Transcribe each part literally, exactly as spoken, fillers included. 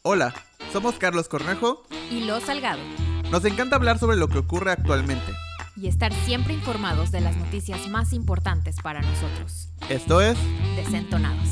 Hola, somos Carlos Cornejo y Lo Salgado. Nos encanta hablar sobre lo que ocurre actualmente y estar siempre informados de las noticias más importantes para nosotros. Esto es Desentonados.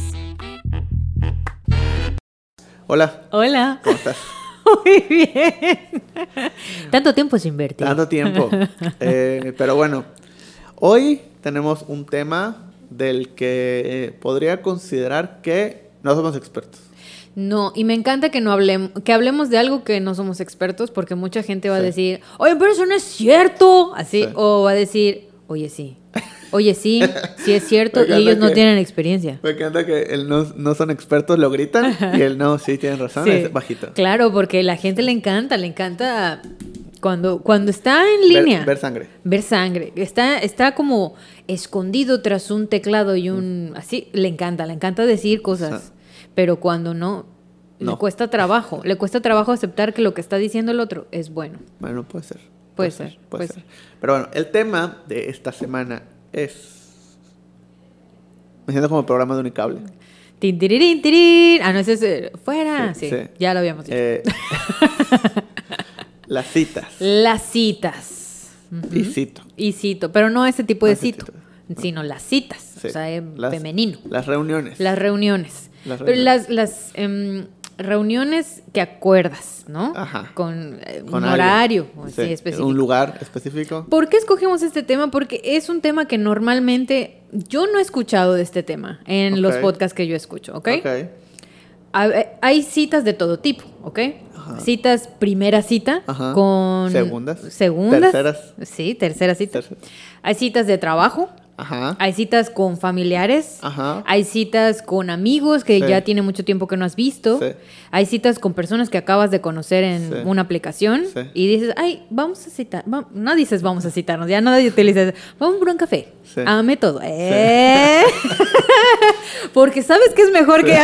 Hola. Hola. ¿Cómo estás? Muy bien. Tanto tiempo sin verte. Tanto tiempo. Eh, pero bueno, hoy tenemos un tema del que eh, podría considerar que no somos expertos. No, y me encanta que no hablemos, que hablemos de algo que no somos expertos, porque mucha gente va sí. a decir, oye, pero eso no es cierto, así, sí. o va a decir, oye, sí, oye, sí, sí es cierto, y ellos que, no tienen experiencia. Me encanta que el no, no son expertos lo gritan, y el no, sí, tienen razón, sí. es bajito. Claro, porque a la gente le encanta, le encanta cuando, cuando está en línea. Ver, ver sangre. Ver sangre, está, está como escondido tras un teclado y un, así, le encanta, le encanta decir cosas. Sí. Pero cuando no, no, le cuesta trabajo. Le cuesta trabajo aceptar que lo que está diciendo el otro es bueno. Bueno, puede ser. Puede, puede ser, ser. Puede, puede ser. ser. Pero bueno, el tema de esta semana es... Me siento como programa de Unicable. Tin, tirirín, tirirín. Ah, no, ese es... Fuera. Sí, sí, sí. Ya lo habíamos dicho. Eh, las citas. Las citas. Uh-huh. Y cito. Y cito. Pero no ese tipo no de cito, tipo. No. Sino las citas. Sí. O sea, es las, femenino. Las reuniones. Las reuniones. Las Pero las, las um, reuniones que acuerdas, ¿no? Ajá. Con, eh, Con un horario sí. así específico. Un lugar específico. ¿Por qué escogimos este tema? Porque es un tema que normalmente yo no he escuchado de este tema en okay. los podcasts que yo escucho, ¿ok? okay. Hay citas de todo tipo, ¿ok? Ajá. Citas, primera cita, Ajá. con... Segundas. Segundas. Terceras. Sí, tercera cita. Tercera. Hay citas de trabajo. Ajá. Hay citas con familiares. Ajá. Hay citas con amigos que sí. ya tiene mucho tiempo que no has visto. Sí. Hay citas con personas que acabas de conocer en sí. una aplicación. Sí. Y dices, ay, vamos a citar. Va-. No dices vamos a citarnos, ya nadie utiliza. Vamos por un café. Sí. A método. ¿Eh? Sí. Porque sabes que es mejor sí. que...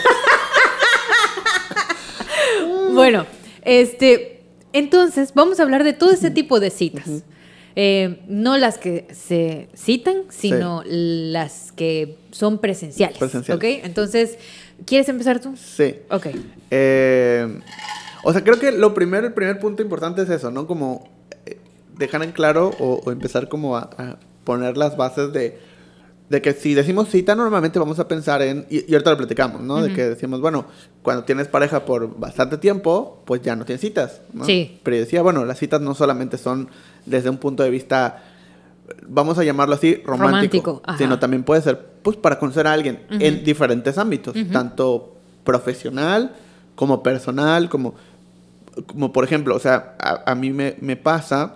Bueno, este, entonces vamos a hablar de todo ese tipo de citas. Uh-huh. Eh, no las que se citan, sino sí. las que son presenciales. Presenciales. ¿Ok? Entonces, ¿quieres empezar tú? Sí. Ok. Eh, o sea, creo que lo primero, el primer punto importante es eso, ¿no? Como eh, dejar en claro o, o empezar como a, a poner las bases de... De que si decimos cita, normalmente vamos a pensar en... Y, y ahorita lo platicamos, ¿no? Uh-huh. De que decimos, bueno, cuando tienes pareja por bastante tiempo, pues ya no tienes citas, ¿no? Sí. Pero yo decía, bueno, las citas no solamente son desde un punto de vista, vamos a llamarlo así, romántico. Romántico. Sino también puede ser, pues, para conocer a alguien uh-huh. en diferentes ámbitos. Uh-huh. Tanto profesional, como personal, como... Como por ejemplo, o sea, a, a mí me, me pasa...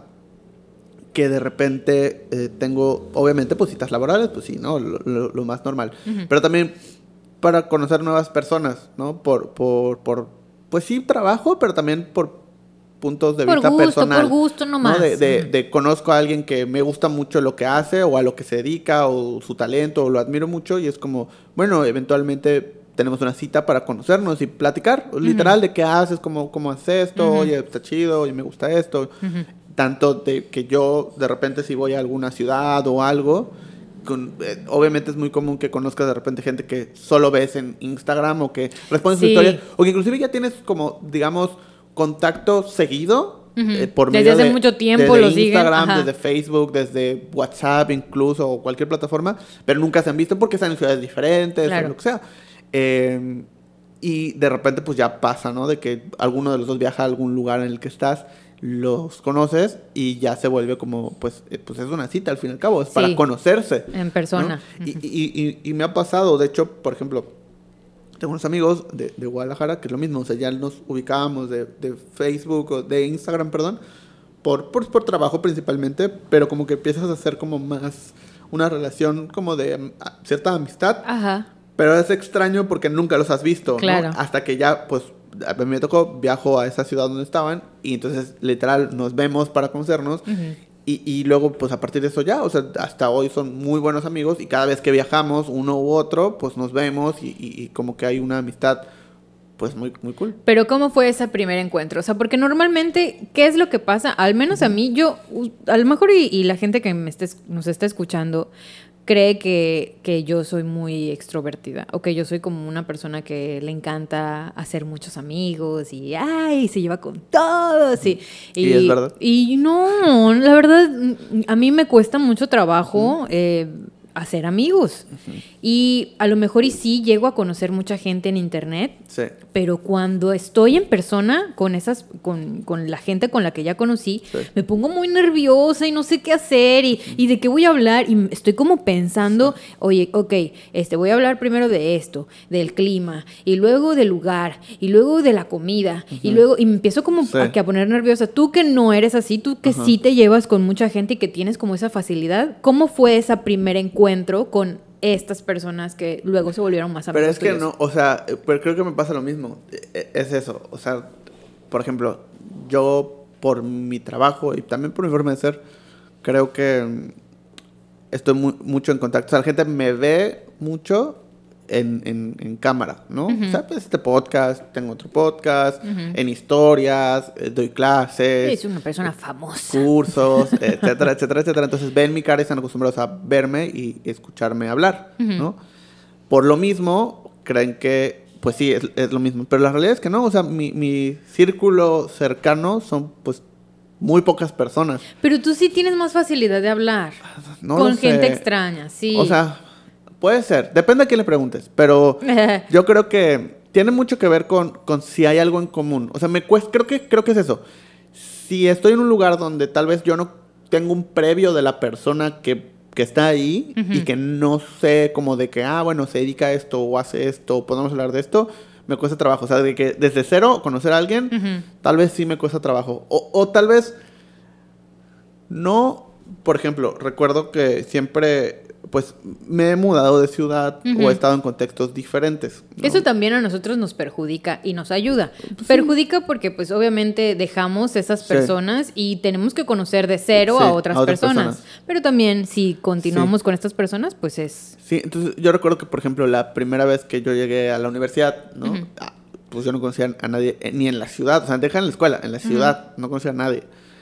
que de repente eh, tengo, obviamente, pues citas laborales, pues sí, ¿no? Lo, lo, lo más normal. Uh-huh. Pero también para conocer nuevas personas, ¿no? Por, por, por, pues sí, trabajo, pero también por puntos de por vista gusto, personal. Por gusto, nomás. ¿no? De, de, uh-huh. de conozco a alguien que me gusta mucho lo que hace, o a lo que se dedica, o su talento, o lo admiro mucho, y es como, bueno, eventualmente tenemos una cita para conocernos y platicar, uh-huh. literal, de qué haces, cómo, cómo haces esto, uh-huh. oye, está chido, oye, me gusta esto. Uh-huh. Tanto de que yo, de repente, si voy a alguna ciudad o algo, con, eh, obviamente es muy común que conozcas de repente gente que solo ves en Instagram o que responde sí. sus historias, o que inclusive ya tienes como, digamos, contacto seguido uh-huh. eh, por desde medio hace de, mucho tiempo desde lo Instagram, siguen. desde Facebook, desde WhatsApp incluso, o cualquier plataforma, pero nunca se han visto porque están en ciudades diferentes claro. o lo que sea. Eh, y de repente pues ya pasa, ¿no? De que alguno de los dos viaja a algún lugar en el que estás, los conoces y ya se vuelve como, pues, eh, pues es una cita al fin y al cabo, es sí, para conocerse. En persona. ¿no? Uh-huh. Y, y, y, y me ha pasado, de hecho, por ejemplo, tengo unos amigos de, de Guadalajara que es lo mismo, o sea, ya nos ubicábamos de, de Facebook o de Instagram, perdón, por, por, por trabajo principalmente, pero como que empiezas a hacer como más una relación como de um, cierta amistad. Ajá. Pero es extraño porque nunca los has visto, claro. ¿no? Hasta que ya, pues, a mí me tocó, viajo a esa ciudad donde estaban y entonces, literal, nos vemos para conocernos uh-huh. y, y luego, pues, a partir de eso ya, o sea, hasta hoy son muy buenos amigos y cada vez que viajamos, uno u otro, pues, nos vemos y, y, y como que hay una amistad, pues, muy, muy cool. Pero, ¿cómo fue ese primer encuentro? O sea, porque normalmente, ¿qué es lo que pasa? Al menos uh-huh. a mí, yo, a lo mejor y, y la gente que me esté, nos está escuchando... cree que, que yo soy muy extrovertida o que yo soy como una persona que le encanta hacer muchos amigos y ay, se lleva con todos. Y, y, ¿Y es verdad? Y no, la verdad, a mí me cuesta mucho trabajo uh-huh. eh, hacer amigos. Uh-huh. Y a lo mejor y sí llego a conocer mucha gente en internet, sí. pero cuando estoy en persona con esas, con, con la gente con la que ya conocí, sí. me pongo muy nerviosa y no sé qué hacer y, uh-huh. y de qué voy a hablar. Y estoy como pensando, sí. oye, ok, este, voy a hablar primero de esto, del clima, y luego del lugar, y luego de la comida, uh-huh. y luego, y me empiezo como sí. a, a poner nerviosa. Tú que no eres así, tú que uh-huh. sí te llevas con mucha gente y que tienes como esa facilidad, ¿cómo fue ese primer encuentro con estas personas que luego se volvieron más amigos? Pero es que tuyos? no, o sea, pero creo que me pasa lo mismo. Es eso, o sea, por ejemplo, yo por mi trabajo y también por mi forma de ser, creo que estoy muy, mucho en contacto. O sea, la gente me ve mucho en, en, en cámara, ¿no? Uh-huh. O sea, pues este podcast, tengo otro podcast, uh-huh. en historias, eh, doy clases. Es una persona famosa. Cursos, etcétera, etcétera, etcétera. Entonces ven mi cara y están acostumbrados a verme y escucharme hablar, uh-huh. ¿no? Por lo mismo, creen que, pues sí, es, es lo mismo. Pero la realidad es que no, o sea, mi, mi círculo cercano son, pues, muy pocas personas. Pero tú sí tienes más facilidad de hablar no con gente extraña, sí. O sea, puede ser, depende a quién le preguntes, pero yo creo que tiene mucho que ver con, con si hay algo en común. O sea, me cuesta, creo que, creo que es eso. Si estoy en un lugar donde tal vez yo no tengo un previo de la persona que, que está ahí uh-huh. y que no sé como de que, ah, bueno, se dedica a esto o hace esto, o podemos hablar de esto, me cuesta trabajo. O sea, de que desde cero conocer a alguien, uh-huh. tal vez sí me cuesta trabajo. O, o tal vez no, por ejemplo, recuerdo que siempre, pues, me he mudado de ciudad uh-huh. o he estado en contextos diferentes, ¿no? Eso también a nosotros nos perjudica y nos ayuda. Pues perjudica sí. porque, pues, obviamente dejamos esas personas sí. y tenemos que conocer de cero sí, a, otras a otras personas. personas. Pero también, si continuamos sí. con estas personas, pues es... Sí, entonces yo recuerdo que, por ejemplo, la primera vez que yo llegué a la universidad, ¿no? Uh-huh. Pues yo no conocía a nadie, ni en la ciudad, o sea, deja en la escuela, en la ciudad, uh-huh. no conocía a nadie.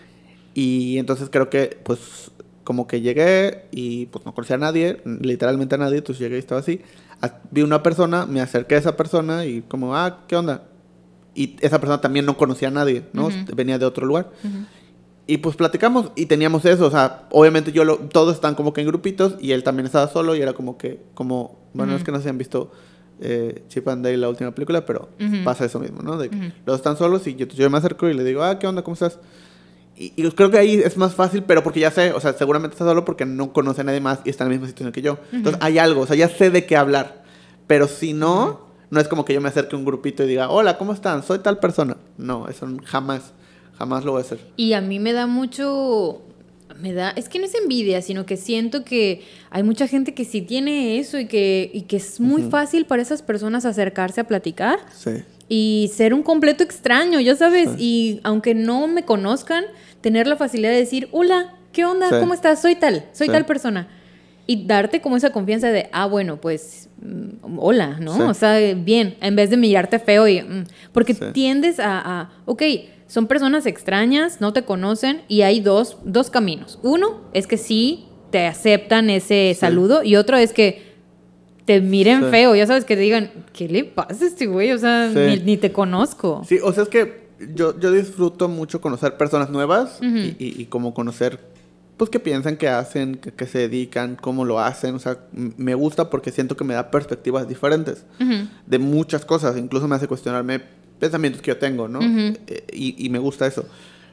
Y entonces creo que, pues, como que llegué y pues no conocía a nadie, literalmente a nadie, entonces llegué y estaba así. Vi una persona, me acerqué a esa persona y como, ah, ¿qué onda? Y esa persona también no conocía a nadie, ¿no? Uh-huh. Venía de otro lugar. Uh-huh. Y pues platicamos y teníamos eso, o sea, obviamente yo lo, todos están como que en grupitos y él también estaba solo y era como que, como, bueno, uh-huh. es que no se han visto eh, Chip and Dale, la última película, pero uh-huh. pasa eso mismo, ¿no? De que uh-huh. los están solos y yo, yo me acerco y le digo, ah, ¿qué onda? ¿Cómo estás? Y, y creo que ahí es más fácil, pero porque ya sé, o sea, seguramente está solo porque no conoce a nadie más y está en la misma situación que yo. Uh-huh. Entonces hay algo, o sea, ya sé de qué hablar. Pero si no, uh-huh. no es como que yo me acerque a un grupito y diga, hola, ¿cómo están? Soy tal persona. No, eso jamás, jamás lo voy a hacer. Y a mí me da mucho, me da, es que no es envidia, sino que siento que hay mucha gente que sí tiene eso y que, y que es muy uh-huh. fácil para esas personas acercarse a platicar. Sí. Y ser un completo extraño, ya sabes, sí. y aunque no me conozcan, tener la facilidad de decir, hola, ¿qué onda? Sí. ¿Cómo estás? Soy tal, soy sí. tal persona. Y darte como esa confianza de, ah, bueno, pues, mm, hola, ¿no? Sí. O sea, bien, en vez de mirarte feo y... Mm, porque sí. tiendes a, a, ok, son personas extrañas, no te conocen, y hay dos, dos caminos. Uno es que sí te aceptan ese sí. saludo, y otro es que te miren sí. feo, ya sabes, que te digan, ¿qué le pasa a este güey? O sea, sí. ni, ni te conozco. Sí, o sea, es que yo, yo disfruto mucho conocer personas nuevas uh-huh. y, y, y como conocer, pues, qué piensan, qué hacen, qué, qué se dedican, cómo lo hacen. O sea, me gusta porque siento que me da perspectivas diferentes uh-huh. de muchas cosas. Incluso me hace cuestionarme pensamientos que yo tengo, ¿no? Uh-huh. Y, y me gusta eso.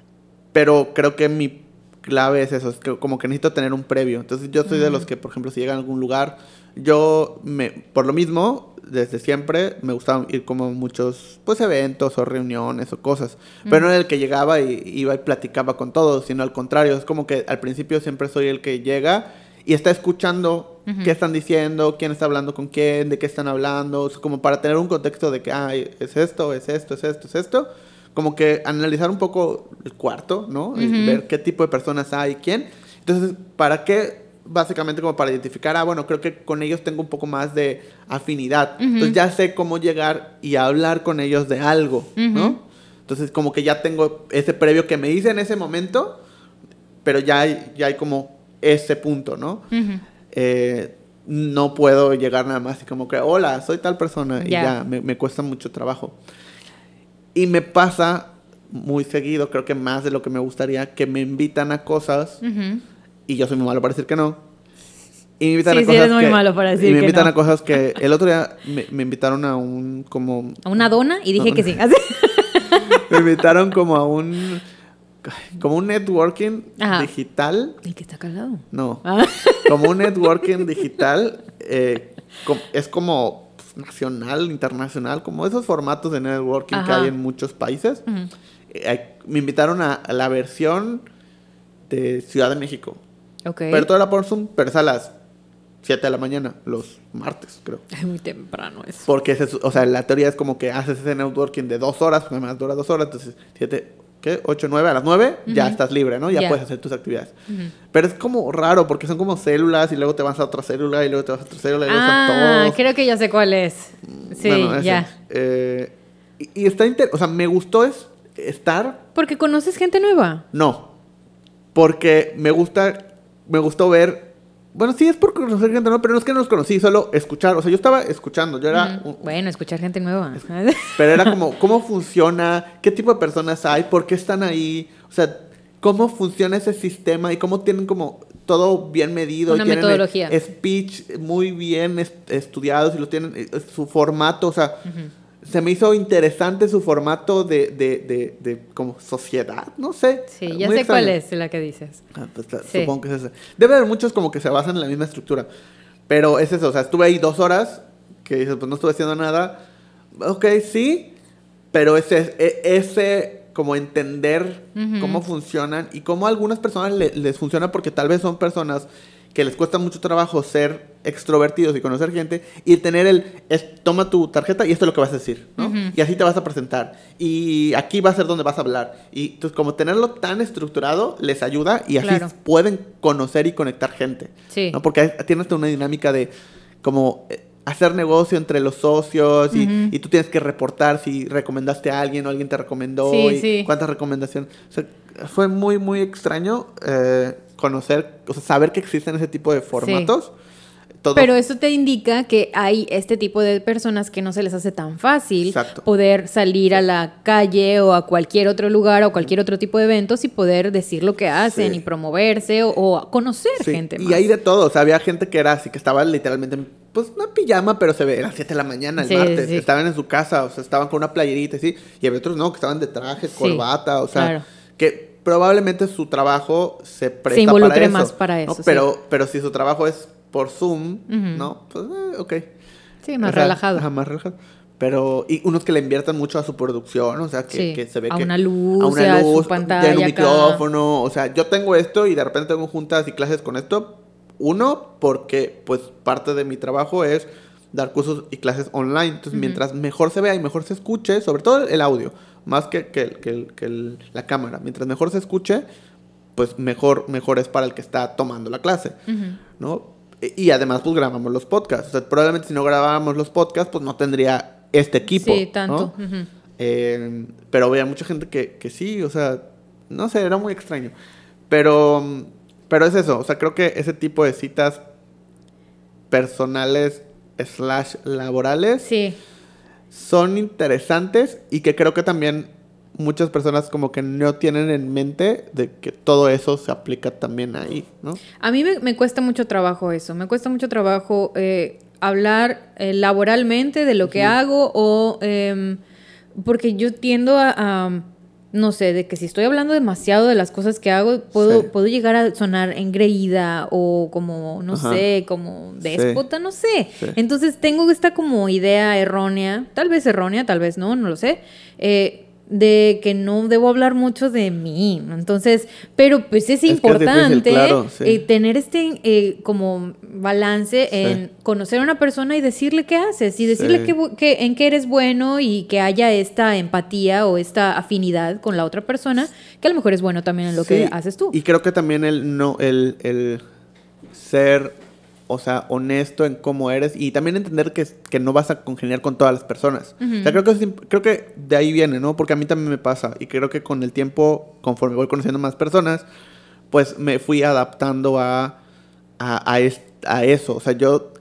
Pero creo que mi clave es eso, es que como que necesito tener un previo. Entonces yo soy uh-huh. de los que, por ejemplo, si llegan a algún lugar, yo, me por lo mismo, desde siempre me gustaba ir como a muchos, pues, eventos o reuniones o cosas. Uh-huh. Pero no era el que llegaba y iba y platicaba con todos, sino al contrario. Es como que al principio siempre soy el que llega y está escuchando uh-huh. qué están diciendo, quién está hablando con quién, de qué están hablando, o sea, como para tener un contexto de que, ah, es esto, es esto, es esto, es esto. Como que analizar un poco el cuarto, ¿no? Uh-huh. Y ver qué tipo de personas hay, quién. Entonces, ¿para qué? Básicamente como para identificar, ah, bueno, creo que con ellos tengo un poco más de afinidad. Uh-huh. Entonces ya sé cómo llegar y hablar con ellos de algo, uh-huh. ¿no? Entonces como que ya tengo ese previo que me hice en ese momento, pero ya hay, ya hay como ese punto, ¿no? Uh-huh. eh, no puedo llegar nada más y como que, hola, soy tal persona. Y Ya. ya, me, me cuesta mucho trabajo. Y me pasa muy seguido, creo que más de lo que me gustaría, que me invitan a cosas Ujú. y yo soy muy malo para decir que no. Y me invitan Sí, a sí, cosas eres muy que, malo para decir y me que invitan no. a cosas que el otro día me, me invitaron a un como ¿A una dona? Y dije No, que sí. Así. me invitaron como a un como un networking Ajá. digital. ¿El que está calado? No. Ah. Como un networking digital. eh, com- es como pues, nacional, internacional, como esos formatos de networking que Ajá. hay en muchos países. Ujú. Eh, me invitaron a, a la versión de Ciudad de México. Ok. Pero todo era por Zoom, pero es a las siete de la mañana, los martes, creo. Ay, muy temprano eso. Porque, se, o sea, la teoría es como que haces ese networking de dos horas, pues además dura dos horas, entonces siete, ¿qué? ocho, nueve, a las nueve, uh-huh. ya estás libre, ¿no? Ya Yeah. puedes hacer tus actividades. Uh-huh. Pero es como raro, porque son como células y luego te vas a otra célula y luego te vas a otra célula y luego Ah, son todos. creo que ya sé cuál es. Sí, Bueno, ese. ya. Eh, y, y está inter... O sea, me gustó es estar... Porque conoces gente nueva. No. Porque me gusta... Me gustó ver... Bueno, sí, es por conocer gente nueva, pero no es que no los conocí, solo escuchar. O sea, yo estaba escuchando, yo era... Mm, un- bueno, escuchar gente nueva. Pero era como, ¿cómo funciona? ¿Qué tipo de personas hay? ¿Por qué están ahí? O sea, ¿cómo funciona ese sistema? Y cómo tienen como todo bien medido. Una y tienen metodología. el speech muy bien est- estudiados y lo tienen, eh, su formato, o sea, Ujú. se me hizo interesante su formato de, de, de, de como sociedad, no sé. Sí, ya Muy sé extraño. cuál es la que dices. Ah, pues, ta- Sí. Supongo que es ese. Debe haber muchos como que se basan en la misma estructura. Pero es eso, o sea, estuve ahí dos horas, que dices, pues no estuve haciendo nada. Ok, sí, pero ese, e- ese como entender Ujú. cómo funcionan y cómo a algunas personas le- les funciona porque tal vez son personas que les cuesta mucho trabajo ser extrovertidos y conocer gente y tener el, es, toma tu tarjeta y esto es lo que vas a decir, ¿no? Ujú. Y así te vas a presentar. Y aquí va a ser donde vas a hablar. Y entonces como tenerlo tan estructurado les ayuda y así Claro. pueden conocer y conectar gente. Sí. ¿No? Porque hay- tienes una dinámica de como eh, hacer negocio entre los socios y, Ujú. y tú tienes que reportar si recomendaste a alguien o alguien te recomendó Sí, y sí. cuántas recomendaciones. O sea, fue muy, muy extraño eh, conocer, o sea, saber que existen ese tipo de formatos. Todo- Pero eso te indica que hay este tipo de personas que no se les hace tan fácil Exacto. poder salir a la calle o a cualquier otro lugar o cualquier otro tipo de eventos y poder decir lo que hacen Sí. y promoverse o, o conocer Sí, gente y más. hay de todo, o sea, había gente que era así, que estaba literalmente, en, pues no en pijama, pero se ve, eran siete de la mañana el Sí, martes, sí. estaban en su casa, o sea, estaban con una playerita, sí, y había otros no, que estaban de traje, Sí, corbata, o sea, claro. que probablemente su trabajo se presta involucre para eso. más para ¿no? eso, sí. Pero, pero si su trabajo es por Zoom, Ujú. ¿no? Pues, eh, ok. Sí, más O sea, relajado. ajá, más relajado. Pero, y unos que le inviertan mucho a su producción, o sea, que, Sí, que se ve a que... una luz, a una a su luz, pantalla ya en un acá. micrófono, o sea, yo tengo esto y de repente tengo juntas y clases con esto. Uno, porque pues parte de mi trabajo es dar cursos y clases online. Entonces, Ujú. mientras mejor se vea y mejor se escuche, sobre todo el audio, más que, que, el- que, el- que el- la cámara, mientras mejor se escuche, pues mejor, mejor es para el que está tomando la clase, Ujú. ¿no? Y, y además, pues grabamos los podcasts. O sea, probablemente si no grabábamos los podcasts, pues no tendría este equipo. Sí, tanto. ¿no? Ujú. Eh, pero había mucha gente que, que sí, o sea, no sé, era muy extraño. Pero, pero es eso, o sea, creo que ese tipo de citas personales slash laborales Sí. son interesantes y que creo que también muchas personas como que no tienen en mente de que todo eso se aplica también ahí, ¿no? A mí me, me cuesta mucho trabajo eso, me cuesta mucho trabajo eh, hablar eh, laboralmente de lo que hago o em, porque yo tiendo a, a, no sé, de que si estoy hablando demasiado de las cosas que hago, puedo, Sí. puedo llegar a sonar engreída o como, no Ajá. sé, como Sí. déspota, no sé. Sí. Entonces tengo esta como idea errónea, tal vez errónea, tal vez no, no lo sé, eh, de que no debo hablar mucho de mí. Entonces, pero pues es que es importante difícil, claro, sí. eh, tener este eh, como balance Sí. en conocer a una persona y decirle qué haces y decirle Sí. que, bu- que- en qué eres bueno y que haya esta empatía o esta afinidad con la otra persona, que a lo mejor es bueno también en lo Sí, que haces tú. Y creo que también el no, el, el ser, o sea, honesto en cómo eres y también entender que, que no vas a congeniar con todas las personas. Ujú. O sea, creo que, es imp- creo que de ahí viene, ¿no? Porque a mí también me pasa y creo que con el tiempo, conforme voy conociendo más personas, pues me fui adaptando a, a, a, es- a eso. O sea, yo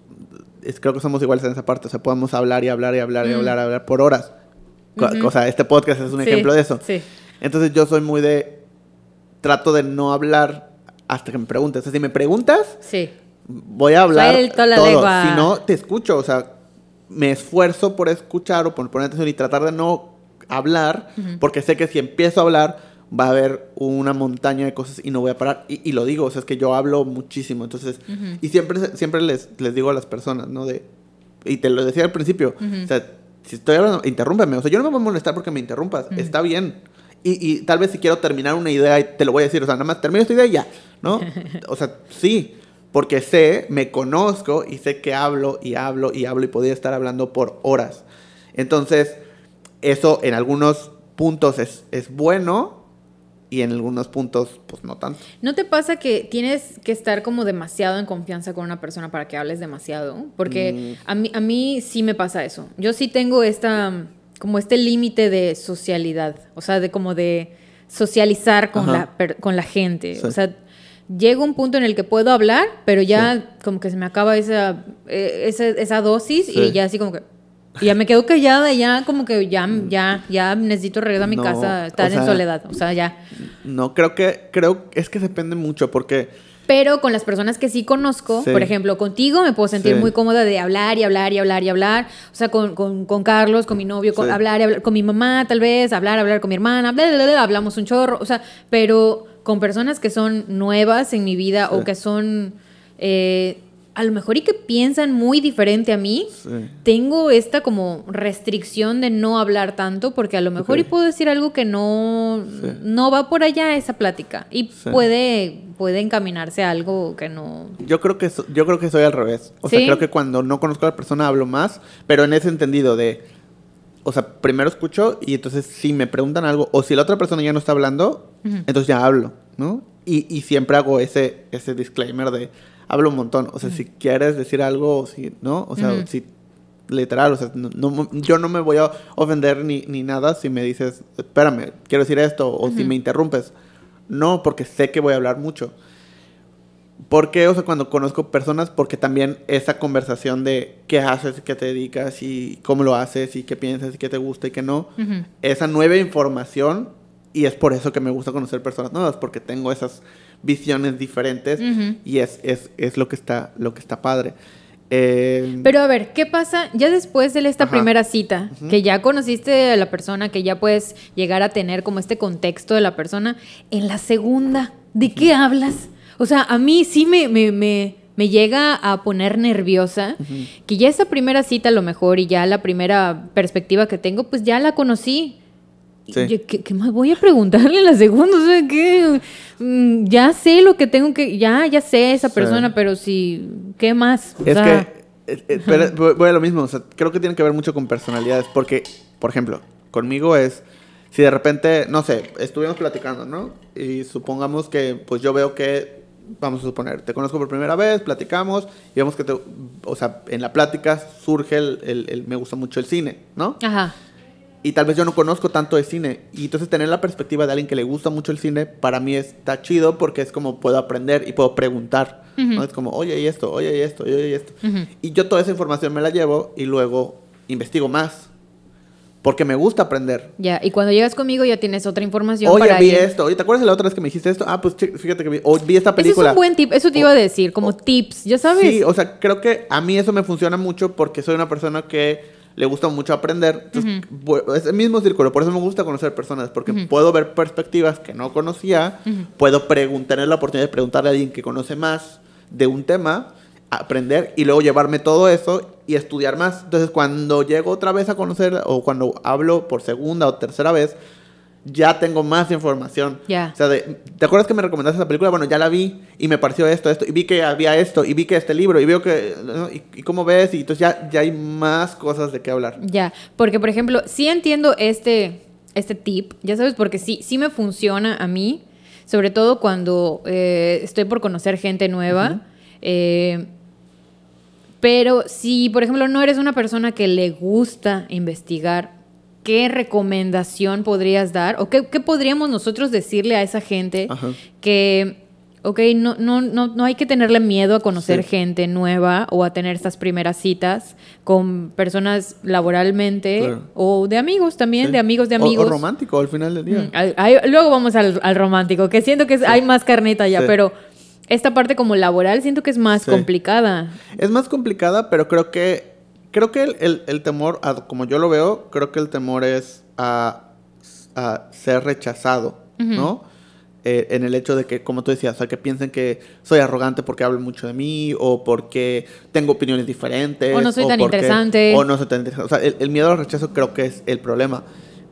es, creo que somos iguales en esa parte. O sea, podemos hablar y hablar y hablar y mm. hablar, hablar por horas. Uh-huh. O sea, este podcast es un sí, ejemplo de eso. Sí. Entonces yo soy muy de... Trato de no hablar hasta que me preguntes. O sea, si me preguntas, sí. voy a hablar Suelto la todo. lengua. Si no, te escucho. O sea, me esfuerzo por escuchar o por poner atención y tratar de no hablar, uh-huh. porque sé que si empiezo a hablar va a haber una montaña de cosas y no voy a parar. Y, y lo digo, o sea, es que yo hablo muchísimo. Entonces, uh-huh. y siempre, siempre les, les digo a las personas, ¿no? De, y te lo decía al principio, uh-huh. o sea, si estoy hablando, interrúmpeme. O sea, yo no me voy a molestar porque me interrumpas. Uh-huh. Está bien. Y, y tal vez si quiero terminar una idea, y te lo voy a decir. O sea, nada más termino esta idea y ya, ¿no? O sea, sí. Porque sé, me conozco y sé que hablo y hablo y hablo y podría estar hablando por horas. Entonces, eso en algunos puntos es, es bueno y en algunos puntos, pues no tanto. ¿No te pasa que tienes que estar como demasiado en confianza con una persona para que hables demasiado? Porque mm. a mí, a mí sí me pasa eso. Yo sí tengo esta, como este límite de socialidad, o sea, de como de socializar con, la, per, con la gente. Sí. O sea, llega un punto en el que puedo hablar, pero ya sí. como que se me acaba esa, esa, esa dosis sí. y ya así como que... Y ya me quedo callada y ya como que ya, ya, ya necesito regresar a mi no, casa, estar o sea, en soledad, o sea, ya. No, creo que, creo, es que depende mucho porque... Pero con las personas que sí conozco, sí. por ejemplo, contigo me puedo sentir sí. muy cómoda de hablar y hablar y hablar y hablar. O sea, con, con, con Carlos, con mi novio, con, sí. hablar y hablar, con mi mamá tal vez, hablar, hablar con mi hermana, bla, bla, bla, bla, hablamos un chorro, o sea, pero con personas que son nuevas en mi vida sí. o que son... Eh, a lo mejor y que piensan muy diferente a mí, sí. tengo esta como restricción de no hablar tanto, porque a lo mejor okay. y puedo decir algo que no, sí. no va por allá esa plática y sí. puede, puede encaminarse a algo que no... Yo creo que, so, yo creo que soy al revés. O ¿sí? sea, creo que cuando no conozco a la persona hablo más, pero en ese entendido de... O sea, primero escucho y entonces si me preguntan algo, o si la otra persona ya no está hablando, uh-huh. entonces ya hablo, ¿no? Y, y siempre hago ese, ese disclaimer de... Hablo un montón, o sea, uh-huh. si quieres decir algo, si, ¿no? O sea, uh-huh. si literal, o sea, no, no, yo no me voy a ofender ni, ni nada si me dices, espérame, quiero decir esto, o uh-huh. si me interrumpes. No, porque sé que voy a hablar mucho. ¿Por qué? O sea, cuando conozco personas, porque también esa conversación de qué haces, qué te dedicas, y cómo lo haces, y qué piensas, y qué te gusta y qué no, uh-huh. esa nueva información, y es por eso que me gusta conocer personas nuevas, porque tengo esas... visiones diferentes uh-huh. y es, es, es lo que está lo que está padre. Eh... Pero a ver, ¿qué pasa ya después de esta Ajá. primera cita? Uh-huh. Que ya conociste a la persona, que ya puedes llegar a tener como este contexto de la persona. En la segunda, ¿de uh-huh. qué hablas? O sea, a mí sí me, me, me, me llega a poner nerviosa, uh-huh. que ya esa primera cita a lo mejor y ya la primera perspectiva que tengo, pues ya la conocí. Sí. ¿Qué, ¿Qué más voy a preguntarle en la segunda? O sea, ¿qué? Mm, ya sé lo que tengo que... Ya, ya sé esa persona, sí. pero si... ¿Qué más? O es sea, que... Eh, eh, pero voy a lo mismo. O sea, creo que tiene que ver mucho con personalidades. Porque, por ejemplo, conmigo es... Si de repente, no sé, estuvimos platicando, ¿no? Y supongamos que, pues yo veo que... Vamos a suponer, te conozco por primera vez, platicamos, y vemos que te... O sea, en la plática surge el... el, el me gusta mucho el cine, ¿no? Ajá. Y tal vez yo no conozco tanto de cine. Y entonces tener la perspectiva de alguien que le gusta mucho el cine, para mí está chido porque es como puedo aprender y puedo preguntar. Uh-huh. ¿No? Es como, oye, y esto, oye, y esto, oye, y esto. Uh-huh. Y yo toda esa información me la llevo y luego investigo más. Porque me gusta aprender. Ya, y cuando llegas conmigo ya tienes otra información oye, para vi ir. esto. Oye, ¿te acuerdas de la otra vez que me dijiste esto? Ah, pues fíjate que vi, o vi esta película. Ese es un buen tip. Eso te iba a decir, como o, tips. ¿Ya sabes? Sí, o sea, creo que a mí eso me funciona mucho porque soy una persona que... le gusta mucho aprender. Entonces, uh-huh. es el mismo círculo. Por eso me gusta conocer personas. Porque uh-huh. puedo ver perspectivas que no conocía. Uh-huh. Puedo preguntar, tener la oportunidad de preguntarle a alguien que conoce más de un tema, aprender y luego llevarme todo eso y estudiar más. Entonces, cuando llego otra vez a conocer o cuando hablo por segunda o tercera vez, ya tengo más información. Yeah. O sea, de, ¿te acuerdas que me recomendaste esa película? Bueno, ya la vi y me pareció esto, esto, y vi que había esto, y vi que este libro, y veo que, ¿no? y, y cómo ves, y entonces ya, ya hay más cosas de qué hablar. Ya, porque por ejemplo, sí entiendo este, este tip, ya sabes, porque sí, sí me funciona a mí, sobre todo cuando eh, estoy por conocer gente nueva, uh-huh. eh, pero si, por ejemplo, no eres una persona que le gusta investigar, ¿qué recomendación podrías dar? ¿O qué, qué podríamos nosotros decirle a esa gente Ajá. que Ok, no, no, no, no hay que tenerle miedo a conocer Sí. gente nueva o a tener estas primeras citas con personas laboralmente Claro. o de amigos también, Sí. de amigos de O- amigos. O, romántico al final del día. Mm, hay- hay- luego vamos al, al romántico, que siento que es- hay más carnita ya, Sí. pero esta parte como laboral siento que es más Sí. complicada. Es más complicada, pero creo que creo que el, el, el temor, a- como yo lo veo, creo que el temor es a, a ser rechazado, Ujú. ¿no? Eh, en el hecho de que, como tú decías, o sea, que piensen que soy arrogante porque hablo mucho de mí, o porque tengo opiniones diferentes. O no soy tan porque- interesante. O no soy tan interesante. O sea, el, el miedo al rechazo creo que es el problema.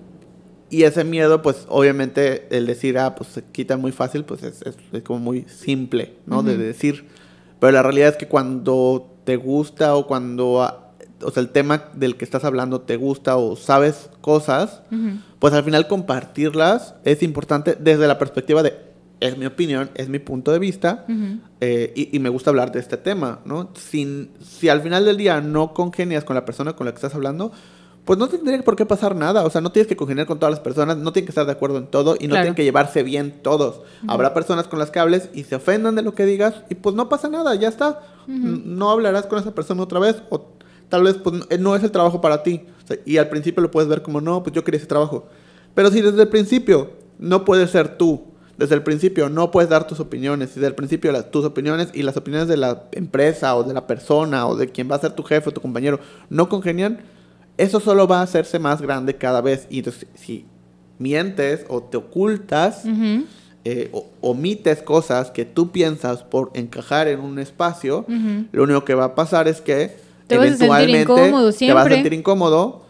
Y ese miedo, pues, obviamente, el decir, ah, pues se quita muy fácil, pues es, es, es como muy simple, ¿no? Ujú. De decir. Pero la realidad es que cuando te gusta o cuando, ah, o sea, el tema del que estás hablando te gusta o sabes cosas, Ujú. pues al final compartirlas es importante desde la perspectiva de, es mi opinión, es mi punto de vista, Ujú. eh, y, y me gusta hablar de este tema, ¿no? Sin, si al final del día no congenias con la persona con la que estás hablando, pues no tendría por qué pasar nada. O sea, no tienes que congeniar con todas las personas, no tienen que estar de acuerdo en todo y no Claro. tienen que llevarse bien todos. Habrá personas con las que hables y se ofendan de lo que digas y pues no pasa nada, ya está. N- No hablarás con esa persona otra vez o tal vez pues no- no es el trabajo para ti. O sea, y al principio lo puedes ver como, no, pues yo quería ese trabajo. Pero si desde el principio no puedes ser tú, desde el principio no puedes dar tus opiniones, y desde el principio las, tus opiniones y las opiniones de la empresa o de la persona o de quien va a ser tu jefe o tu compañero no congenian, eso solo va a hacerse más grande cada vez. Y entonces, si mientes o te ocultas, Ujú. eh, o omites cosas que tú piensas por encajar en un espacio, Ujú. lo único que va a pasar es que Te vas a sentir eventualmente incómodo te vas a siempre. sentir incómodo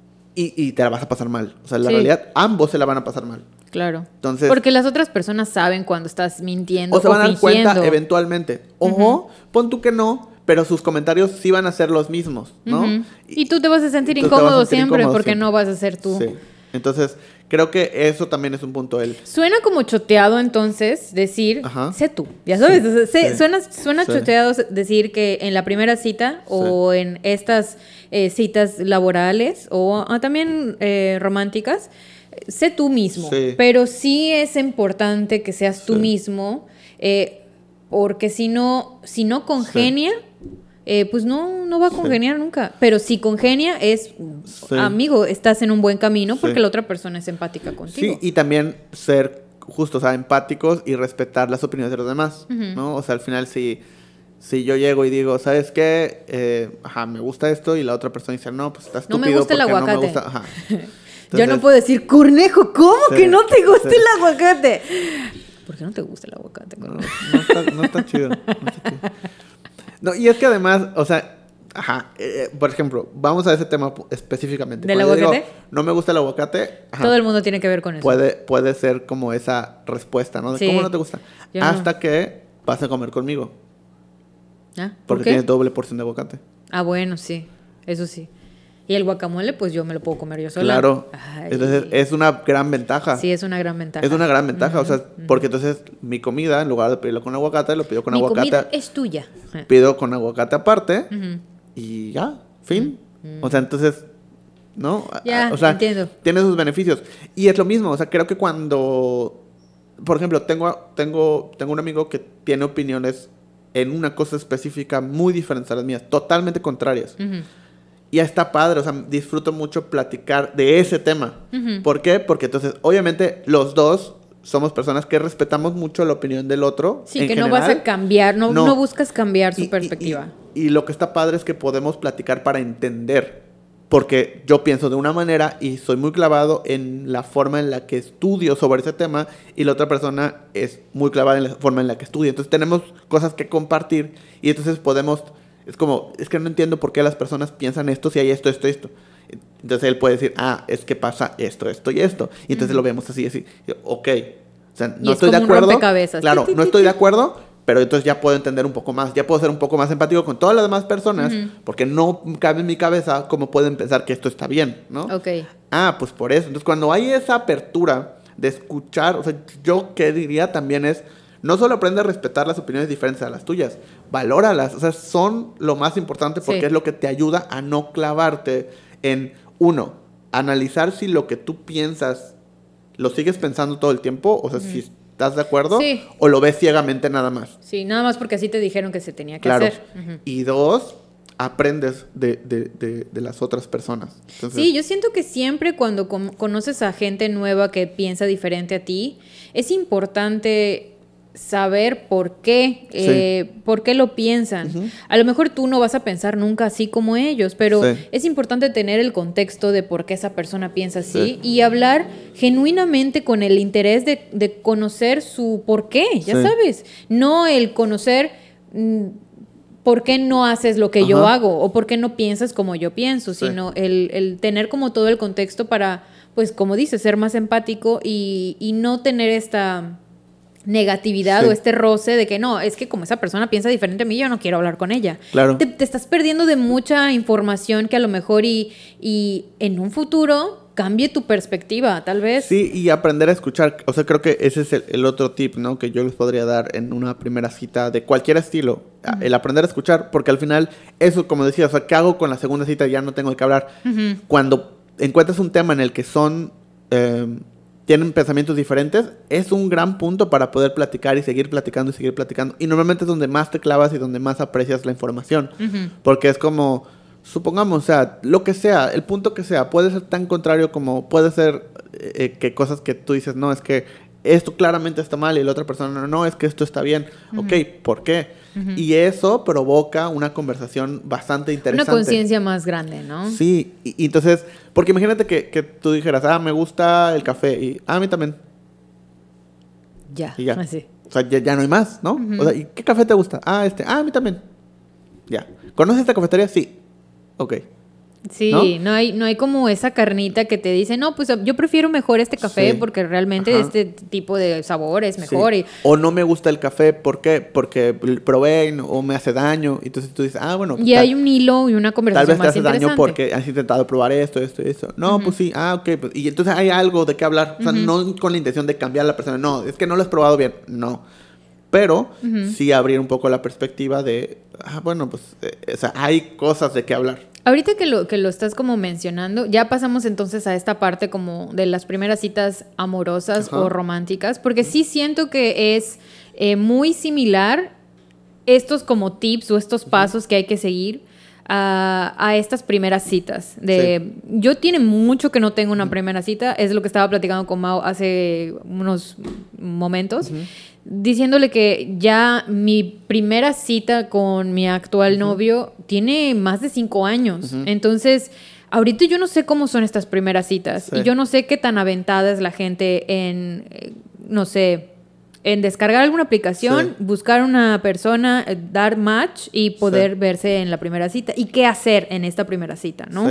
y, y te la vas a pasar mal. O sea, en la Sí. realidad, ambos se la van a pasar mal. Claro. Entonces- Porque las otras personas saben cuando estás mintiendo O se van a dar fingiendo. cuenta eventualmente. Ojo, pon tú que no, pero sus comentarios sí van a ser los mismos, ¿no? Ujú. Y tú te vas a sentir tú te vas a incómodo sentir siempre incómodo porque siempre. no vas a ser tú. Sí. Entonces, creo que eso también es un punto él. Suena como choteado entonces decir, Ajá. sé tú, ya sabes, o sea, sé- Sí. suena, suena Sí. choteado decir que en la primera cita o en estas eh, citas laborales o ah, también eh, románticas, eh, sé tú mismo, Sí. pero sí es importante que seas tú Sí. mismo, eh, porque si no, si no congenia, eh, pues no, no va a Sí. congeniar nunca. Pero si congenia es, Sí. amigo, estás en un buen camino porque Sí. la otra persona es empática contigo. Sí, y también ser justos, o sea, empáticos y respetar las opiniones de los demás, Ujú. ¿no? O sea, al final si, si yo llego y digo, ¿sabes qué? Eh, ajá, me gusta esto, y la otra persona dice, no, pues está No estúpido me gusta el porque no me aguacate. gusta. Ajá. Yo no Entonces, puedo decir, Cornejo, ¿cómo Sí, que no te gusta sí. el aguacate? ¿Por qué no te gusta el aguacate? No, Cornejo? no está, no está chido. No está chido. No, y es que además, o sea, ajá, eh, por ejemplo, vamos a ese tema pu- específicamente. ¿Del Cuando yo digo, aguacate? no me gusta el aguacate. Ajá, Todo el mundo tiene que ver con eso. puede, puede ser como esa respuesta, ¿no? De Sí. cómo no te gusta. Yo no. Hasta que vas a comer conmigo. ¿Ah? ¿Por Porque qué? tienes doble porción de aguacate. Ah, bueno, sí. Eso sí. Y el guacamole, pues yo me lo puedo comer yo sola. Claro. Ay. Entonces es una gran ventaja. Sí, es una gran ventaja. Es una gran ventaja. O sea, Ujú, ujú. porque entonces mi comida, en lugar de pedirlo con aguacate, lo pido con Mi aguacate. comida es tuya. Pido con aguacate aparte. Ujú. Y ya, fin. O sea, entonces, ¿no? Ya, o sea, entiendo. tiene sus beneficios. Y es lo mismo, o sea, creo que cuando, por ejemplo, tengo, tengo, tengo un amigo que tiene opiniones en una cosa específica muy diferentes a las mías, totalmente contrarias. Ujú. Y está padre, o sea, disfruto mucho platicar de ese tema. Ujú. ¿Por qué? Porque entonces, obviamente, los dos somos personas que respetamos mucho la opinión del otro. Sí, en que no general. vas a cambiar, no, No. no buscas cambiar su Y- y- perspectiva. Y, y lo que está padre es que podemos platicar para entender. Porque yo pienso de una manera y soy muy clavado en la forma en la que estudio sobre ese tema, y la otra persona es muy clavada en la forma en la que estudia. Entonces tenemos cosas que compartir, y entonces podemos... Es como, es que no entiendo por qué las personas piensan esto si hay esto, esto, esto. Entonces él puede decir, ah, es que pasa esto, esto y esto. Y entonces lo vemos así, así. Y, ok. O sea, Y no es estoy de como un acuerdo. rompecabezas. Claro, Ti, ti, no ti, estoy de ti. acuerdo, pero entonces ya puedo entender un poco más. Ya puedo ser un poco más empático con todas las demás personas, Ujú. porque no cabe en mi cabeza cómo pueden pensar que esto está bien, ¿no? Ok. Ah, pues por eso. Entonces, cuando hay esa apertura de escuchar, o sea, yo qué diría también es, no solo aprende a respetar las opiniones diferentes a las tuyas, valóralas. O sea, son lo más importante porque Sí. es lo que te ayuda a no clavarte en, uno, analizar si lo que tú piensas lo sigues pensando todo el tiempo, o sea, si ¿Estás de acuerdo? Sí. ¿O lo ves ciegamente nada más? Sí, nada más porque así te dijeron que se tenía que claro. hacer. Uh-huh. Y dos, aprendes de, de, de, de las otras personas. Entonces, sí, yo siento que siempre cuando con- conoces a gente nueva que piensa diferente a ti, es importante saber por qué, eh, sí. por qué lo piensan. Uh-huh. A lo mejor tú no vas a pensar nunca así como ellos, pero sí. es importante tener el contexto de por qué esa persona piensa así sí. y hablar genuinamente con el interés de, de conocer su por qué, ya sí. sabes. No el conocer mm, por qué no haces lo que Ajá. yo hago o por qué no piensas como yo pienso, sí. sino el, el tener como todo el contexto para, pues como dices, ser más empático y, y no tener esta negatividad sí. o este roce de que no, es que como esa persona piensa diferente a mí, yo no quiero hablar con ella. Claro. Te, te estás perdiendo de mucha información que a lo mejor y, y en un futuro cambie tu perspectiva, tal vez. Sí, y aprender a escuchar. O sea, creo que ese es el, el otro tip, ¿no? Que yo les podría dar en una primera cita de cualquier estilo. Uh-huh. El aprender a escuchar, porque al final, eso, como decía, o sea, ¿qué hago con la segunda cita? Ya no tengo de qué hablar. Uh-huh. Cuando encuentras un tema en el que son... Eh, tienen pensamientos diferentes, es un gran punto para poder platicar y seguir platicando y seguir platicando. Y normalmente es donde más te clavas y donde más aprecias la información. Uh-huh. Porque es como, supongamos, o sea, lo que sea, el punto que sea, puede ser tan contrario como puede ser eh, que cosas que tú dices, no, es que esto claramente está mal y la otra persona, no, no, es que esto está bien. Uh-huh. Ok, ¿por qué? Uh-huh. Y eso provoca una conversación bastante interesante. Una conciencia más grande, ¿no? Sí, y, y entonces, porque imagínate que, que tú dijeras, ah, me gusta el café, y ah, a mí también. Ya, y ya. Así. O sea, ya, ya no hay más, ¿no? Uh-huh. O sea, ¿y qué café te gusta? Ah, este, ah, a mí también. Ya. ¿Conoces esta cafetería? Sí. Ok. Sí, ¿no? no hay no hay como esa carnita que te dice, no, pues yo prefiero mejor este café sí. porque realmente Ajá. este tipo de sabor es mejor. Sí. Y... O no me gusta el café, ¿por qué? Porque probé o me hace daño. Entonces tú dices, ah, bueno. Y tal, hay un hilo y una conversación más interesante. Tal vez te hace daño porque has intentado probar esto, esto y esto. No, uh-huh. pues sí, ah, ok. Pues, y entonces hay algo de qué hablar. O sea, uh-huh. no con la intención de cambiar a la persona. No, es que no lo has probado bien. No. Pero uh-huh. sí abrir un poco la perspectiva de, ah, bueno, pues, eh, o sea, hay cosas de qué hablar. Ahorita que lo, que lo estás como mencionando, ya pasamos entonces a esta parte como de las primeras citas amorosas Ajá. o románticas, porque sí siento que es eh, muy similar estos como tips o estos pasos que hay que seguir a, a estas primeras citas. De, sí. Yo tiene mucho que no tengo una primera cita, es lo que estaba platicando con Mau hace unos momentos, uh-huh. diciéndole que ya mi primera cita con mi actual uh-huh. novio tiene más de cinco años. Uh-huh. Entonces, ahorita yo no sé cómo son estas primeras citas. Sí. Y yo no sé qué tan aventada es la gente en, eh, no sé, en descargar alguna aplicación, sí. buscar una persona, eh, dar match y poder sí. verse en la primera cita. Y qué hacer en esta primera cita, ¿no? Sí.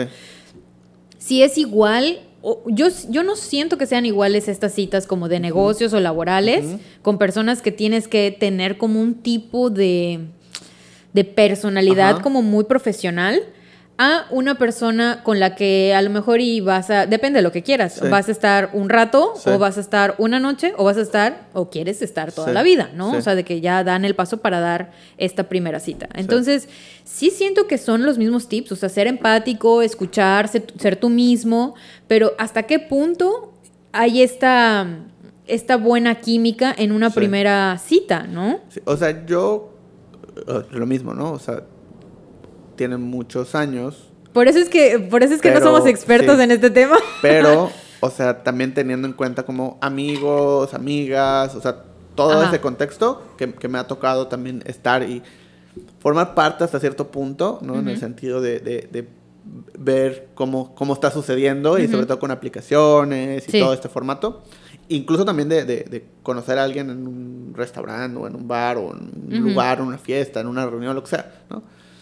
Si es igual... Yo, yo no siento que sean iguales estas citas como de negocios uh-huh. o laborales uh-huh. con personas que tienes que tener como un tipo de, de personalidad uh-huh. como muy profesional a una persona con la que a lo mejor y vas a... Depende de lo que quieras. Sí. Vas a estar un rato sí. o vas a estar una noche o vas a estar o quieres estar toda sí. la vida, ¿no? Sí. O sea, de que ya dan el paso para dar esta primera cita. Entonces, sí. sí siento que son los mismos tips. O sea, ser empático, escuchar, ser, ser tú mismo. Pero ¿hasta qué punto hay esta, esta buena química en una sí. primera cita, no? Sí. O sea, yo... Lo mismo, ¿no? O sea... tienen muchos años. Por eso es que, por eso es que pero, no somos expertos sí, en este tema. Pero, o sea, también teniendo en cuenta como amigos, amigas, o sea, todo Ajá. ese contexto que, que me ha tocado también estar y formar parte hasta cierto punto, ¿no? Uh-huh. En el sentido de, de, de ver cómo, cómo está sucediendo uh-huh. y sobre todo con aplicaciones y sí. todo este formato. Incluso también de, de, de conocer a alguien en un restaurante o en un bar o en un uh-huh. lugar, en una fiesta, en una reunión, lo que sea, ¿no?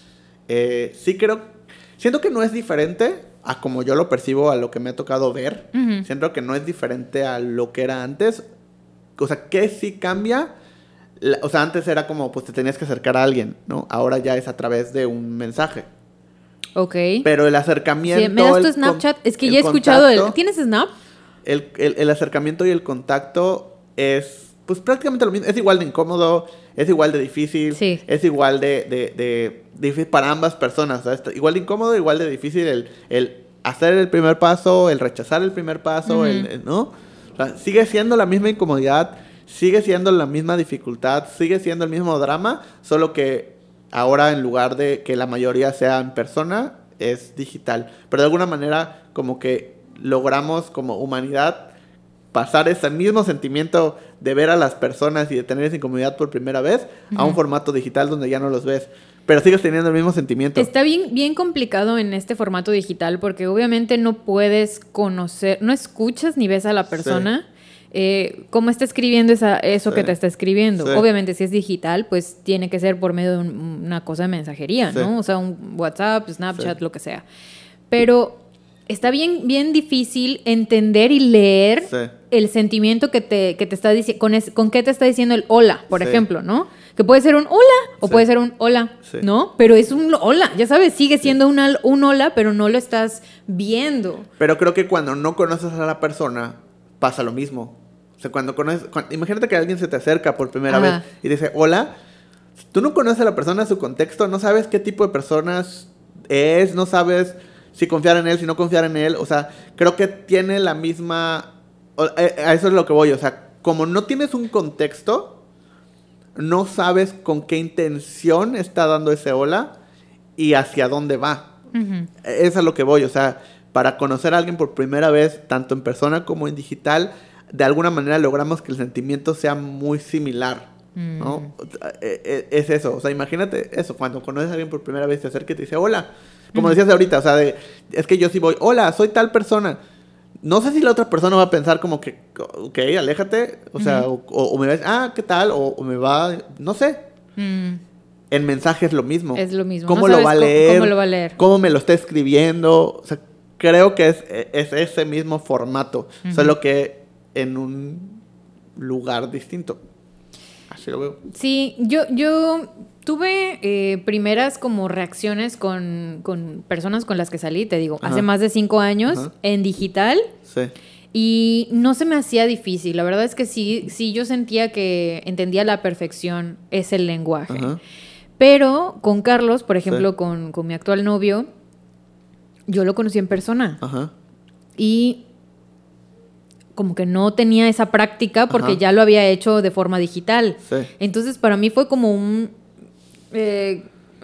Eh, sí creo, siento que no es diferente a como yo lo percibo, a lo que me ha tocado ver. Uh-huh. Siento que no es diferente a lo que era antes. O sea, que sí cambia. La, o sea, antes era como, pues te tenías que acercar a alguien, ¿no? Ahora ya es a través de un mensaje. Ok. Pero el acercamiento... Sí, ¿me das tu Snapchat? Es que ya he escuchado el... ¿Tienes Snap? El, el, el acercamiento y el contacto es, pues prácticamente lo mismo. Es igual de incómodo, es igual de difícil, sí. es igual de, de, de difícil para ambas personas. O sea, igual de incómodo, igual de difícil el, el hacer el primer paso, el rechazar el primer paso, uh-huh. el, el, ¿no? O sea, sigue siendo la misma incomodidad, sigue siendo la misma dificultad, sigue siendo el mismo drama, solo que ahora en lugar de que la mayoría sea en persona, es digital. Pero de alguna manera como que logramos como humanidad pasar ese mismo sentimiento de ver a las personas y de tener esa incomodidad por primera vez uh-huh. a un formato digital donde ya no los ves. Pero sigues teniendo el mismo sentimiento. Está bien, bien complicado en este formato digital porque obviamente no puedes conocer, no escuchas ni ves a la persona sí. eh, cómo está escribiendo esa, eso sí. que te está escribiendo. Sí. Obviamente si es digital, pues tiene que ser por medio de un, una cosa de mensajería, sí. ¿no? O sea, un WhatsApp, Snapchat, sí. lo que sea. Pero está bien, bien difícil entender y leer sí. el sentimiento que te, que te está diciendo, con, es, con qué te está diciendo el hola, por sí. ejemplo, ¿no? Que puede ser un hola o sí. puede ser un hola, sí. ¿no? Pero es un hola, ya sabes, sigue siendo sí. una, un hola, pero no lo estás viendo. Pero creo que cuando no conoces a la persona, pasa lo mismo. O sea, cuando conoces... Cuando, imagínate que alguien se te acerca por primera Ajá. vez y dice hola, tú no conoces a la persona, su contexto, no sabes qué tipo de personas es, no sabes si confiar en él, si no confiar en él. O sea, creo que tiene la misma... A eso es lo que voy, o sea, como no tienes un contexto... No sabes con qué intención está dando ese hola y hacia dónde va. Uh-huh. Eso es a lo que voy. O sea, para conocer a alguien por primera vez, tanto en persona como en digital, de alguna manera logramos que el sentimiento sea muy similar, uh-huh. ¿no? Es eso. O sea, imagínate eso. Cuando conoces a alguien por primera vez, te acerca y te dice hola. Como uh-huh. decías ahorita, o sea, de, es que yo sí voy, hola, soy tal persona. No sé si la otra persona va a pensar como que, ok, aléjate, o sea, uh-huh. o, o me ves, ah, ¿qué tal? O, o me va, no sé. Uh-huh. En mensaje es lo mismo. Es lo mismo. ¿Cómo, no lo va a leer, cómo, cómo lo va a leer? ¿Cómo me lo está escribiendo? O sea, creo que es, es ese mismo formato, uh-huh. solo que en un lugar distinto. Así lo veo. Sí, yo, yo tuve eh, primeras como reacciones con, con personas con las que salí, te digo, Ajá. hace más de cinco años, Ajá. en digital. Sí. Y no se me hacía difícil. La verdad es que sí, sí yo sentía que entendía a la perfección ese lenguaje. Ajá. Pero con Carlos, por ejemplo, sí. con, con mi actual novio, yo lo conocí en persona. Ajá. Y como que no tenía esa práctica porque Ajá. ya lo había hecho de forma digital. Sí. Entonces, para mí fue como un... Eh,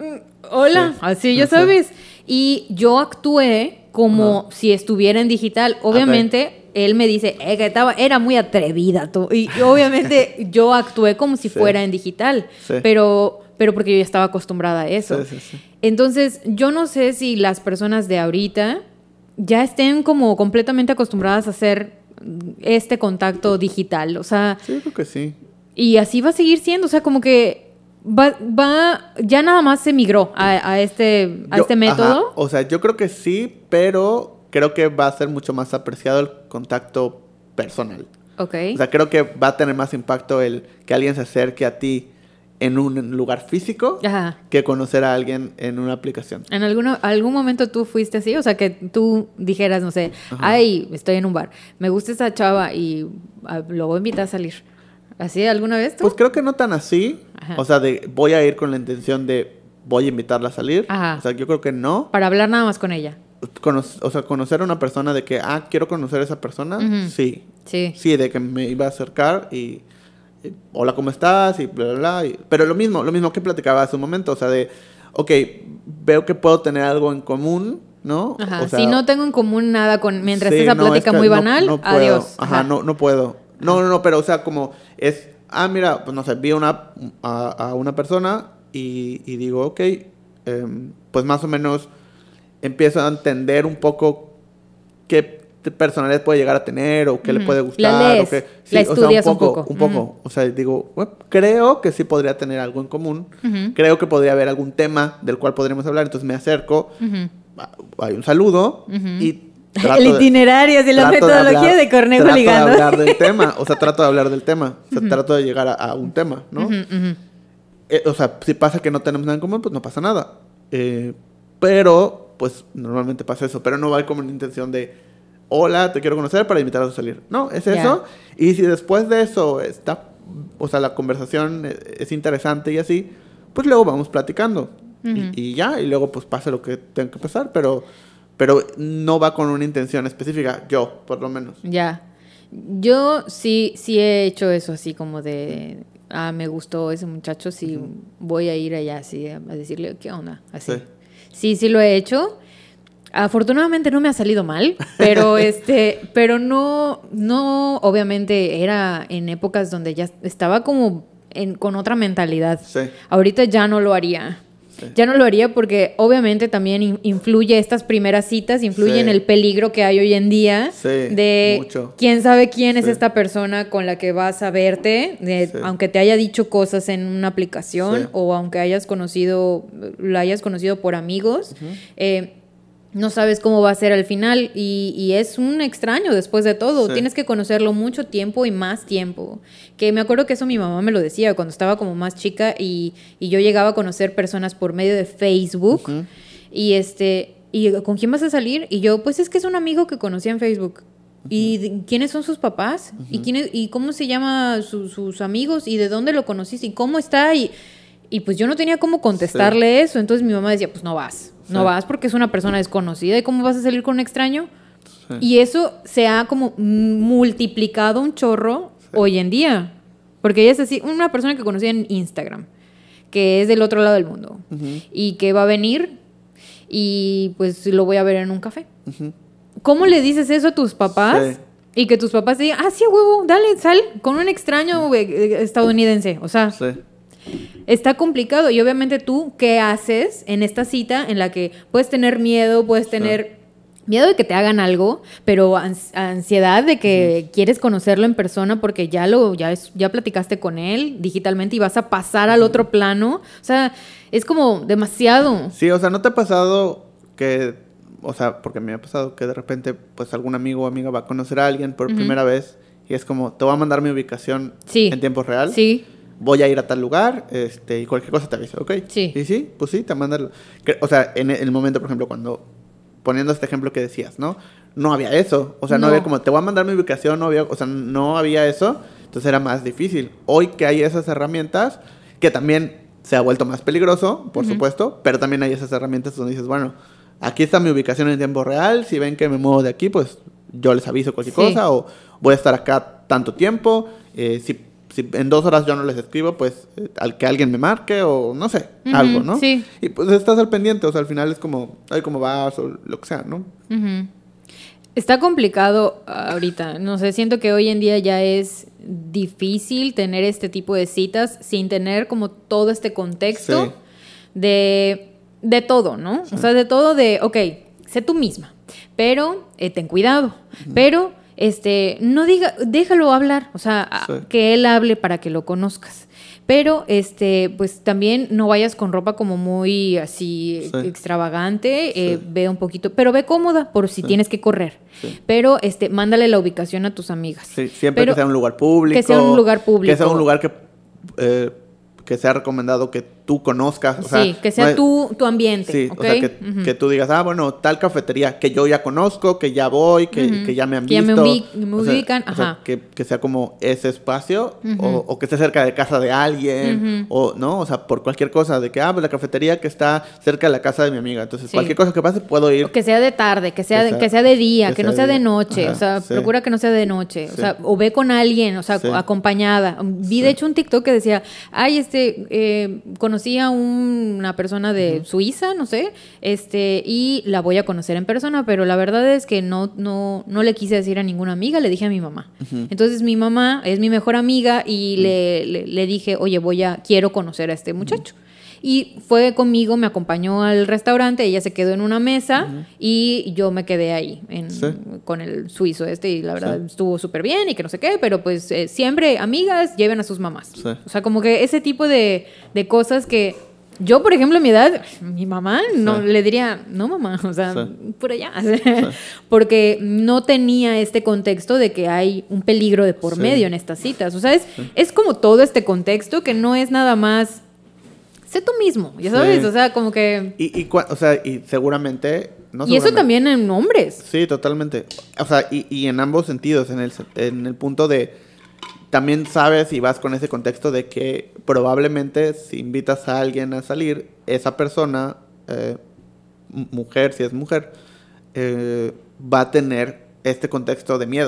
hola, sí. así ya sabes. Y yo actué como Ajá. si estuviera en digital. Obviamente, okay. él me dice eh, que estaba, era muy atrevida tú. Y obviamente yo actué como si sí. fuera en digital. Sí. Pero, pero porque yo ya estaba acostumbrada a eso. Sí, sí, sí. Entonces, yo no sé si las personas de ahorita ya estén como completamente acostumbradas a hacer este contacto digital. O sea... Sí, creo que sí. Y así va a seguir siendo. O sea, como que... Va, va, ya nada más se migró a, a, este, a yo, este método. Ajá. O sea, yo creo que sí, pero creo que va a ser mucho más apreciado el contacto personal. Ok. O sea, creo que va a tener más impacto el que alguien se acerque a ti en un lugar físico Ajá. que conocer a alguien en una aplicación. ¿En alguno, algún momento tú fuiste así? O sea, que tú dijeras, no sé, Ajá. ay, estoy en un bar, me gusta esa chava y a, lo voy a invitar a salir. ¿Así alguna vez tú? Pues creo que no tan así. Ajá. O sea, de voy a ir con la intención de voy a invitarla a salir. Ajá. O sea, yo creo que no. Para hablar nada más con ella. Cono- o sea, conocer a una persona de que, ah, quiero conocer a esa persona. Uh-huh. Sí. Sí. Sí, de que me iba a acercar y, y hola, ¿cómo estás? Y bla, bla, bla. Y, pero lo mismo, lo mismo que platicaba hace un momento. O sea, de, ok, veo que puedo tener algo en común, ¿no? Ajá. O sea, si no tengo en común nada con, mientras sí, esa no, plática es que muy no, banal, no puedo. adiós. Ajá, Ajá, no, no puedo. No, no, no, pero o sea, como es, ah, mira, pues no sé, vi una, a, a una persona y, y digo, ok, eh, pues más o menos empiezo a entender un poco qué personalidad puede llegar a tener o qué uh-huh. le puede gustar. La lees, o qué, sí, la estudias o sea, un poco. un poco. Un poco. Uh-huh. O sea, digo, bueno, creo que sí podría tener algo en común. Uh-huh. Creo que podría haber algún tema del cual podríamos hablar. Entonces me acerco, uh-huh. hay un saludo uh-huh. y... El itinerario, así la metodología de, hablar, de Cornejo trato ligando. Trato de hablar del tema, o sea, trato de hablar del tema, o sea, uh-huh. trato de llegar a, a un tema, ¿no? Uh-huh, uh-huh. Eh, o sea, si pasa que no tenemos nada en común, pues no pasa nada. Eh, pero, pues, normalmente pasa eso, pero no va como una intención de, hola, te quiero conocer para invitarlos a salir. No, es yeah. eso, y si después de eso está, o sea, la conversación es interesante y así, pues luego vamos platicando, uh-huh. y, y ya, y luego pues pasa lo que tenga que pasar, pero... Pero no va con una intención específica, yo, por lo menos. Ya. Yo sí, sí he hecho eso así como de, ah, me gustó ese muchacho, sí, uh-huh. voy a ir allá así a decirle, ¿qué onda? Así. Sí, sí, sí lo he hecho. Afortunadamente no me ha salido mal, pero este, pero no, no, obviamente era en épocas donde ya estaba como en, con otra mentalidad. Sí. Ahorita ya no lo haría. Sí. Ya no lo haría porque obviamente también influye estas primeras citas, influye sí. en el peligro que hay hoy en día sí, de mucho. Quién sabe quién sí. es esta persona con la que vas a verte, de, sí. aunque te haya dicho cosas en una aplicación sí. o aunque hayas conocido, la hayas conocido por amigos, uh-huh. eh, no sabes cómo va a ser al final y, y es un extraño después de todo. Sí. Tienes que conocerlo mucho tiempo y más tiempo. Que me acuerdo que eso mi mamá me lo decía cuando estaba como más chica y, y yo llegaba a conocer personas por medio de Facebook. Uh-huh. Y este, y ¿con quién vas a salir? Y yo, pues es que es un amigo que conocí en Facebook. Uh-huh. ¿Y quiénes son sus papás? Uh-huh. ¿Y quiénes, y cómo se llama su, sus amigos? ¿Y de dónde lo conociste? ¿Y cómo está? Y, y pues yo no tenía cómo contestarle sí. eso. Entonces mi mamá decía, pues no vas. No sí. vas porque es una persona desconocida. ¿Y cómo vas a salir con un extraño? Sí. Y eso se ha como multiplicado un chorro sí. hoy en día. Porque ella es así, una persona que conocí en Instagram, que es del otro lado del mundo. Uh-huh. Y que va a venir y pues lo voy a ver en un café. Uh-huh. ¿Cómo le dices eso a tus papás? Sí. Y que tus papás te digan, ah, sí, huevo, dale, sal con un extraño sí. estadounidense. O sea... Sí. Está complicado y obviamente tú, ¿qué haces en esta cita en la que puedes tener miedo, puedes tener sí. miedo de que te hagan algo, pero ans- ansiedad de que uh-huh. quieres conocerlo en persona porque ya lo ya es, ya platicaste con él digitalmente y vas a pasar uh-huh. al otro plano? O sea, es como demasiado. Sí, o sea, ¿no te ha pasado que, o sea, porque me ha pasado que de repente pues algún amigo o amiga va a conocer a alguien por uh-huh. primera vez y es como, te voy a mandar mi ubicación sí. en tiempo real? Sí. Voy a ir a tal lugar, este, y cualquier cosa te aviso, ¿ok? Sí. Y sí, pues sí, te mandan... O sea, en el momento, por ejemplo, cuando... Poniendo este ejemplo que decías, ¿no? No había eso. O sea, no, no había como, te voy a mandar mi ubicación, no había... O sea, no había eso. Entonces era más difícil. Hoy que hay esas herramientas, que también se ha vuelto más peligroso, por uh-huh. supuesto, pero también hay esas herramientas donde dices, bueno, aquí está mi ubicación en tiempo real, si ven que me muevo de aquí, pues yo les aviso cualquier sí. cosa, o voy a estar acá tanto tiempo, eh, si... Si en dos horas yo no les escribo, pues eh, al que alguien me marque o no sé, uh-huh, algo, ¿no? Sí. Y pues estás al pendiente, o sea, al final es como, ay, ¿cómo vas? O lo que sea, ¿no? Uh-huh. Está complicado ahorita, no sé, siento que hoy en día ya es difícil tener este tipo de citas sin tener como todo este contexto sí. de, de todo, ¿no? Sí. O sea, de todo de, ok, sé tú misma, pero eh, ten cuidado, uh-huh. pero... Este, no diga, déjalo hablar, o sea, sí. que él hable para que lo conozcas. Pero, este, pues también no vayas con ropa como muy así sí. extravagante, sí. eh, ve un poquito, pero ve cómoda por si sí. tienes que correr. Sí. Pero, este, mándale la ubicación a tus amigas. Sí, siempre pero, que sea un lugar público. Que sea un lugar público. Que sea un lugar que, eh, que sea recomendado que tú conozcas. O sea, sí, que sea no es, tu, tu ambiente. Sí, ¿okay? O sea, que, uh-huh. que tú digas, ah, bueno, tal cafetería que yo ya conozco, que ya voy, que, uh-huh. que ya me han que visto. Que ya me, ubi- me ubican, o sea, ajá. O sea, que, que sea como ese espacio, uh-huh. o, o que esté cerca de casa de alguien, uh-huh. o, ¿no? O sea, por cualquier cosa, de que, ah, pues la cafetería que está cerca de la casa de mi amiga. Entonces, sí. cualquier cosa que pase, puedo ir. O que sea de tarde, que sea, que sea, que sea de día, que, que no sea de, de noche. Ajá, o sea, sí. procura que no sea de noche. Sí. O sea, o ve con alguien, o sea, sí. acompañada. Vi, sí. de hecho, un TikTok que decía, ay, este, eh, conocí a un, una persona de uh-huh. Suiza, no sé, este, y la voy a conocer en persona, pero la verdad es que no, no, no le quise decir a ninguna amiga, le dije a mi mamá. Uh-huh. Entonces mi mamá es mi mejor amiga y uh-huh. le, le, le dije, oye, voy a, quiero conocer a este muchacho. Uh-huh. Y fue conmigo, me acompañó al restaurante, ella se quedó en una mesa uh-huh. y yo me quedé ahí en, ¿sí? con el suizo este y la verdad sí. estuvo súper bien y que no sé qué, pero pues eh, siempre amigas lleven a sus mamás. Sí. O sea, como que ese tipo de, de cosas que yo, por ejemplo, a mi edad, mi mamá no sí. le diría, no mamá, o sea, sí. por allá. Sí. Porque no tenía este contexto de que hay un peligro de por sí. medio en estas citas. O sea, es, sí. es como todo este contexto que no es nada más... Sé tú mismo, ya sabes, sí. o sea, como que... Y, y, o sea, y seguramente... No y eso también en hombres. Sí, totalmente. O sea, y, y en ambos sentidos, en el, en el punto de... También sabes y vas con ese contexto de que probablemente si invitas a alguien a salir, esa persona, eh, mujer, si es mujer, eh, va a tener este contexto de miedo.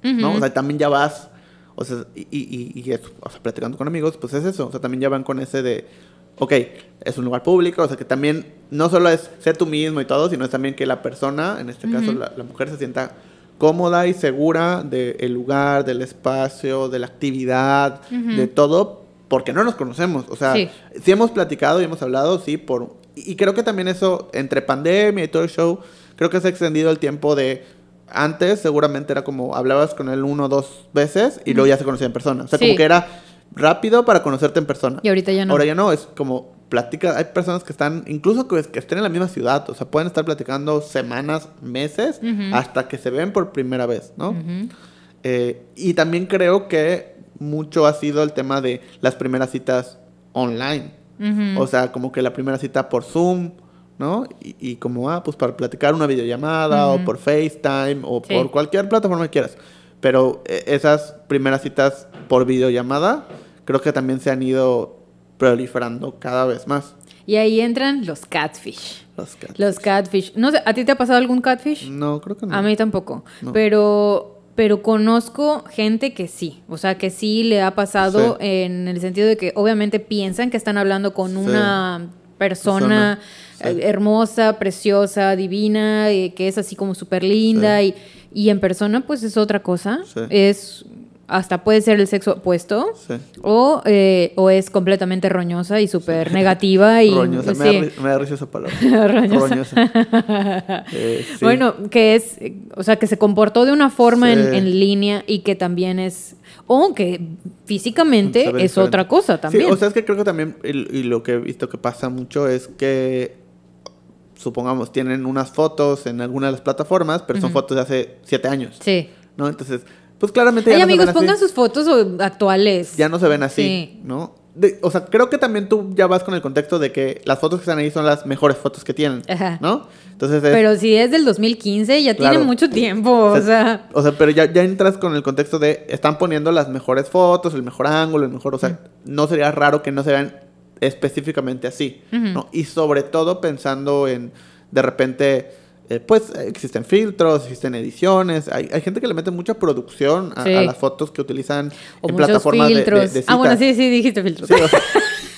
uh-huh. ¿no? O sea, también ya vas, o sea, y, y, y eso, o sea, platicando con amigos, pues es eso, o sea, también ya van con ese de, ok, es un lugar público, o sea, que también no solo es ser tú mismo y todo, sino es también que la persona, en este uh-huh. caso la, la mujer, se sienta cómoda y segura del lugar, del espacio, de la actividad, uh-huh. de todo, porque no nos conocemos. O sea, sí. sí hemos platicado y hemos hablado, sí, por... Y creo que también eso, entre pandemia y todo el show, creo que se ha extendido el tiempo de... Antes seguramente era como, hablabas con él uno o dos veces y uh-huh. luego ya se conocía en persona. O sea, sí. como que era rápido para conocerte en persona. Y ahorita ya no. Ahora ya no, es como... Platica, hay personas que están, incluso que, que estén en la misma ciudad, o sea, pueden estar platicando semanas, meses, uh-huh. hasta que se ven por primera vez, ¿no? Uh-huh. Eh, y también creo que mucho ha sido el tema de las primeras citas online. Uh-huh. O sea, como que la primera cita por Zoom, ¿no? Y, y como, ah, pues para platicar una videollamada, uh-huh. o por FaceTime, o sí. por cualquier plataforma que quieras. Pero eh, esas primeras citas por videollamada, creo que también se han ido proliferando cada vez más. Y ahí entran los catfish. Los catfish. Los catfish. No sé, ¿a ti te ha pasado algún catfish? No, creo que no. A mí tampoco. No. Pero, pero conozco gente que sí. O sea, que sí le ha pasado sí. en el sentido de que obviamente piensan que están hablando con sí. una persona, persona. Sí. hermosa, preciosa, divina, eh, que es así como súper linda. Sí. Y, y en persona pues es otra cosa. Sí. Es... Hasta puede ser el sexo opuesto sí. o, eh, o es completamente roñosa y súper sí. negativa. Y, roñosa, sí. me, da, me da risa esa palabra. roñosa. roñosa. eh, sí. Bueno, que es, o sea, que se comportó de una forma sí. en, en línea y que también es, o que físicamente es diferente. Otra cosa también. Sí, o sea, es que creo que también, y, y lo que he visto que pasa mucho es que, supongamos, tienen unas fotos en alguna de las plataformas, pero son uh-huh. fotos de hace siete años. Sí. ¿No? Entonces... Pues claramente ya Ay, no amigos, se ven pongan así. sus fotos actuales. Ya no se ven así, sí. ¿no? De, o sea, creo que también tú ya vas con el contexto de que las fotos que están ahí son las mejores fotos que tienen, Ajá. ¿no? Entonces es, pero si es del dos mil quince, ya claro, tiene mucho tiempo, o sea... O sea, pero ya, ya entras con el contexto de... Están poniendo las mejores fotos, el mejor ángulo, el mejor... O sea, uh-huh. no sería raro que no se vean específicamente así, uh-huh. ¿no? Y sobre todo pensando en, de repente... Eh, pues existen filtros, existen ediciones, hay, hay gente que le mete mucha producción a, sí. a las fotos que utilizan o en plataformas de, de, de citas. Ah, bueno, sí, sí, dijiste filtros. Sí, o sea,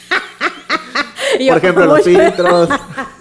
Yo, por ejemplo, los filtros.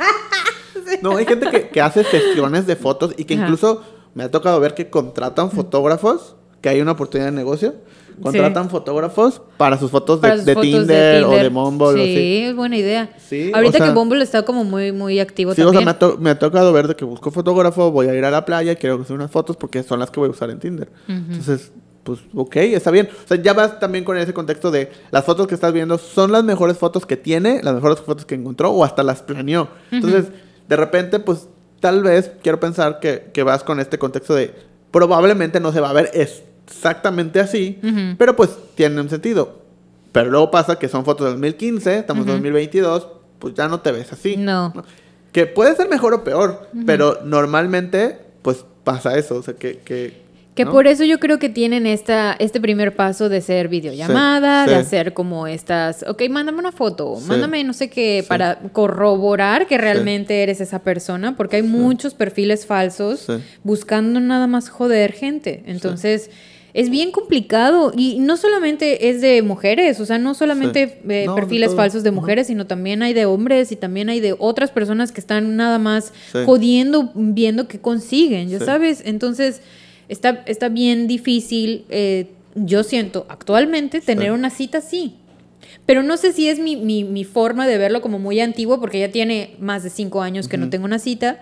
Sí. No, hay gente que, que hace sesiones de fotos y que Ajá. incluso me ha tocado ver que contratan fotógrafos, que hay una oportunidad de negocio. Contratan sí. fotógrafos para sus fotos, para de, sus de, fotos Tinder de Tinder o de Bumble. Sí, sí, es buena idea. Sí, ahorita o sea, que Bumble está como muy, muy activo sí, también. O sea, me ha, to- me ha tocado ver de que busco fotógrafo, voy a ir a la playa y quiero hacer unas fotos porque son las que voy a usar en Tinder. Uh-huh. Entonces, pues, ok, está bien. O sea, ya vas también con ese contexto de las fotos que estás viendo son las mejores fotos que tiene, las mejores fotos que encontró o hasta las planeó. Uh-huh. Entonces, de repente, pues, tal vez quiero pensar que, que vas con este contexto de probablemente no se va a ver esto. Exactamente así, uh-huh. pero pues tiene un sentido. Pero luego pasa que son fotos de dos mil quince, estamos en uh-huh. dos mil veintidós, pues ya no te ves así. No. ¿no? Que puede ser mejor o peor, uh-huh. pero normalmente pues pasa eso, o sea que... que Que ¿no? por eso yo creo que tienen esta, este primer paso de ser videollamada, sí, sí. de hacer como estas, ok, mándame una foto, sí. mándame no sé qué, sí. para corroborar que realmente sí. eres esa persona, porque hay sí. muchos perfiles falsos sí. buscando nada más joder gente. Entonces, sí. es bien complicado y no solamente es de mujeres, o sea, no solamente sí. eh, no, perfiles de falsos de mujeres, uh-huh. sino también hay de hombres y también hay de otras personas que están nada más sí. jodiendo, viendo qué consiguen, ya sí. sabes. Entonces... Está, está bien difícil, eh, yo siento, actualmente, tener sí. una cita así. Pero no sé si es mi, mi, mi forma de verlo como muy antiguo, porque ya tiene más de cinco años que uh-huh. no tengo una cita,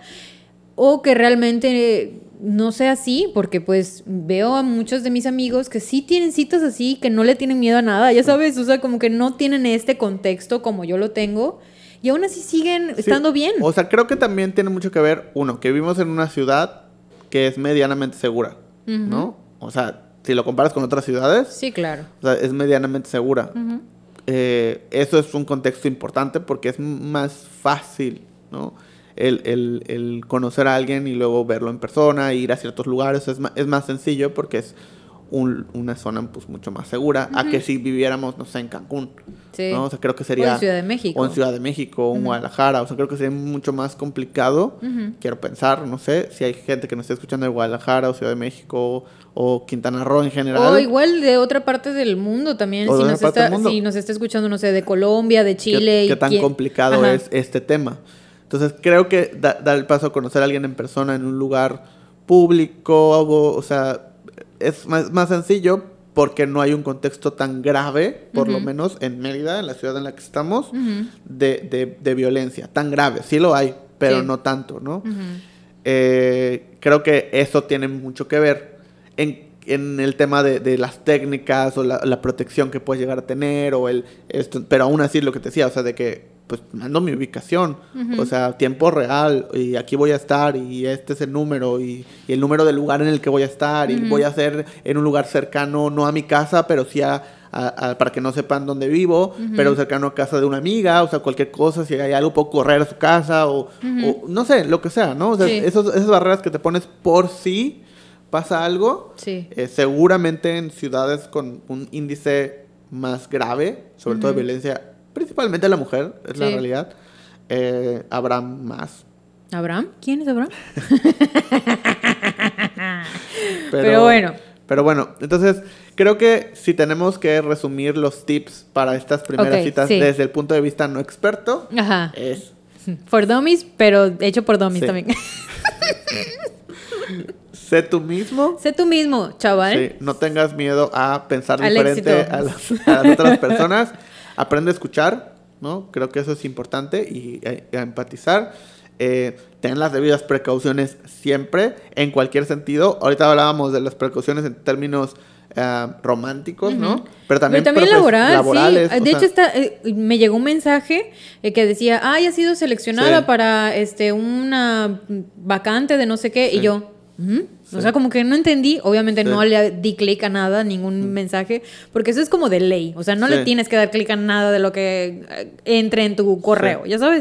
o que realmente no sea así, porque pues veo a muchos de mis amigos que sí tienen citas así, que no le tienen miedo a nada, ya sabes, o sea, como que no tienen este contexto como yo lo tengo, y aún así siguen sí. estando bien. O sea, creo que también tiene mucho que ver, uno, que vivimos en una ciudad que es medianamente segura, uh-huh. ¿no? O sea, si lo comparas con otras ciudades... Sí, claro. O sea, es medianamente segura. Uh-huh. Eh, eso es un contexto importante porque es más fácil, ¿no? El, el, el conocer a alguien y luego verlo en persona, ir a ciertos lugares, es más, es más sencillo porque es un, una zona pues mucho más segura uh-huh. a que si viviéramos, no sé, en Cancún. Sí. ¿no? O sea, creo que sería... O en Ciudad de México. O en Ciudad de México, o en uh-huh. Guadalajara. O sea, creo que sería mucho más complicado. Uh-huh. Quiero pensar, no sé, si hay gente que nos esté escuchando de Guadalajara o Ciudad de México o Quintana Roo en general. O igual de otra parte del mundo también. O si, de nos parte está, del mundo. si nos está escuchando, no sé, de Colombia, de Chile. ¿Qué, qué tan quién... complicado Ajá. es este tema? Entonces, creo que dar da el paso a conocer a alguien en persona en un lugar público, o, o sea, es más, más sencillo porque no hay un contexto tan grave, por uh-huh. lo menos en Mérida, en la ciudad en la que estamos, uh-huh. de, de, de violencia. Tan grave, sí lo hay, pero sí. no tanto, ¿no? Uh-huh. Eh, creo que eso tiene mucho que ver en, en el tema de, de las técnicas o la, la protección que puedes llegar a tener, o el esto, pero aún así lo que te decía, o sea, de que pues mando mi ubicación, uh-huh. o sea, tiempo real, y aquí voy a estar, y este es el número, y, y el número del lugar en el que voy a estar, uh-huh. y voy a ser en un lugar cercano, no a mi casa, pero sí a, a, a para que no sepan dónde vivo, uh-huh. pero cercano a casa de una amiga, o sea, cualquier cosa, si hay algo, puedo correr a su casa, o, uh-huh. o no sé, lo que sea, ¿no? O sea, sí. esos, esas barreras que te pones por si pasa algo, sí. eh, seguramente en ciudades con un índice más grave, sobre uh-huh. todo de violencia, principalmente la mujer, es sí. la realidad. Eh, habrá más. ¿Abraham? ¿Quién es Abraham? pero, pero bueno. Pero bueno, entonces creo que si tenemos que resumir los tips para estas primeras okay, citas sí. desde el punto de vista no experto, Ajá. es... For dummies, pero hecho por dummies sí. también. Sé tú mismo. Sé tú mismo, chaval. Sí, no tengas miedo a pensar Al diferente a las, a las otras personas. Aprende a escuchar, ¿no? Creo que eso es importante y a, a empatizar. Eh, ten las debidas precauciones siempre, en cualquier sentido. Ahorita hablábamos de las precauciones en términos uh, románticos, uh-huh. ¿no? Pero también, Pero también laboral, laborales. Sí. De hecho, está, eh, me llegó un mensaje eh, que decía, ay, ha sido seleccionada sí. para este una vacante de no sé qué, sí. y yo... Uh-huh. Sí. O sea, como que no entendí. Obviamente sí. no le di clic a nada, ningún mm. mensaje, porque eso es como de ley. O sea, no sí. le tienes que dar clic a nada de lo que entre en tu correo, sí. ya sabes.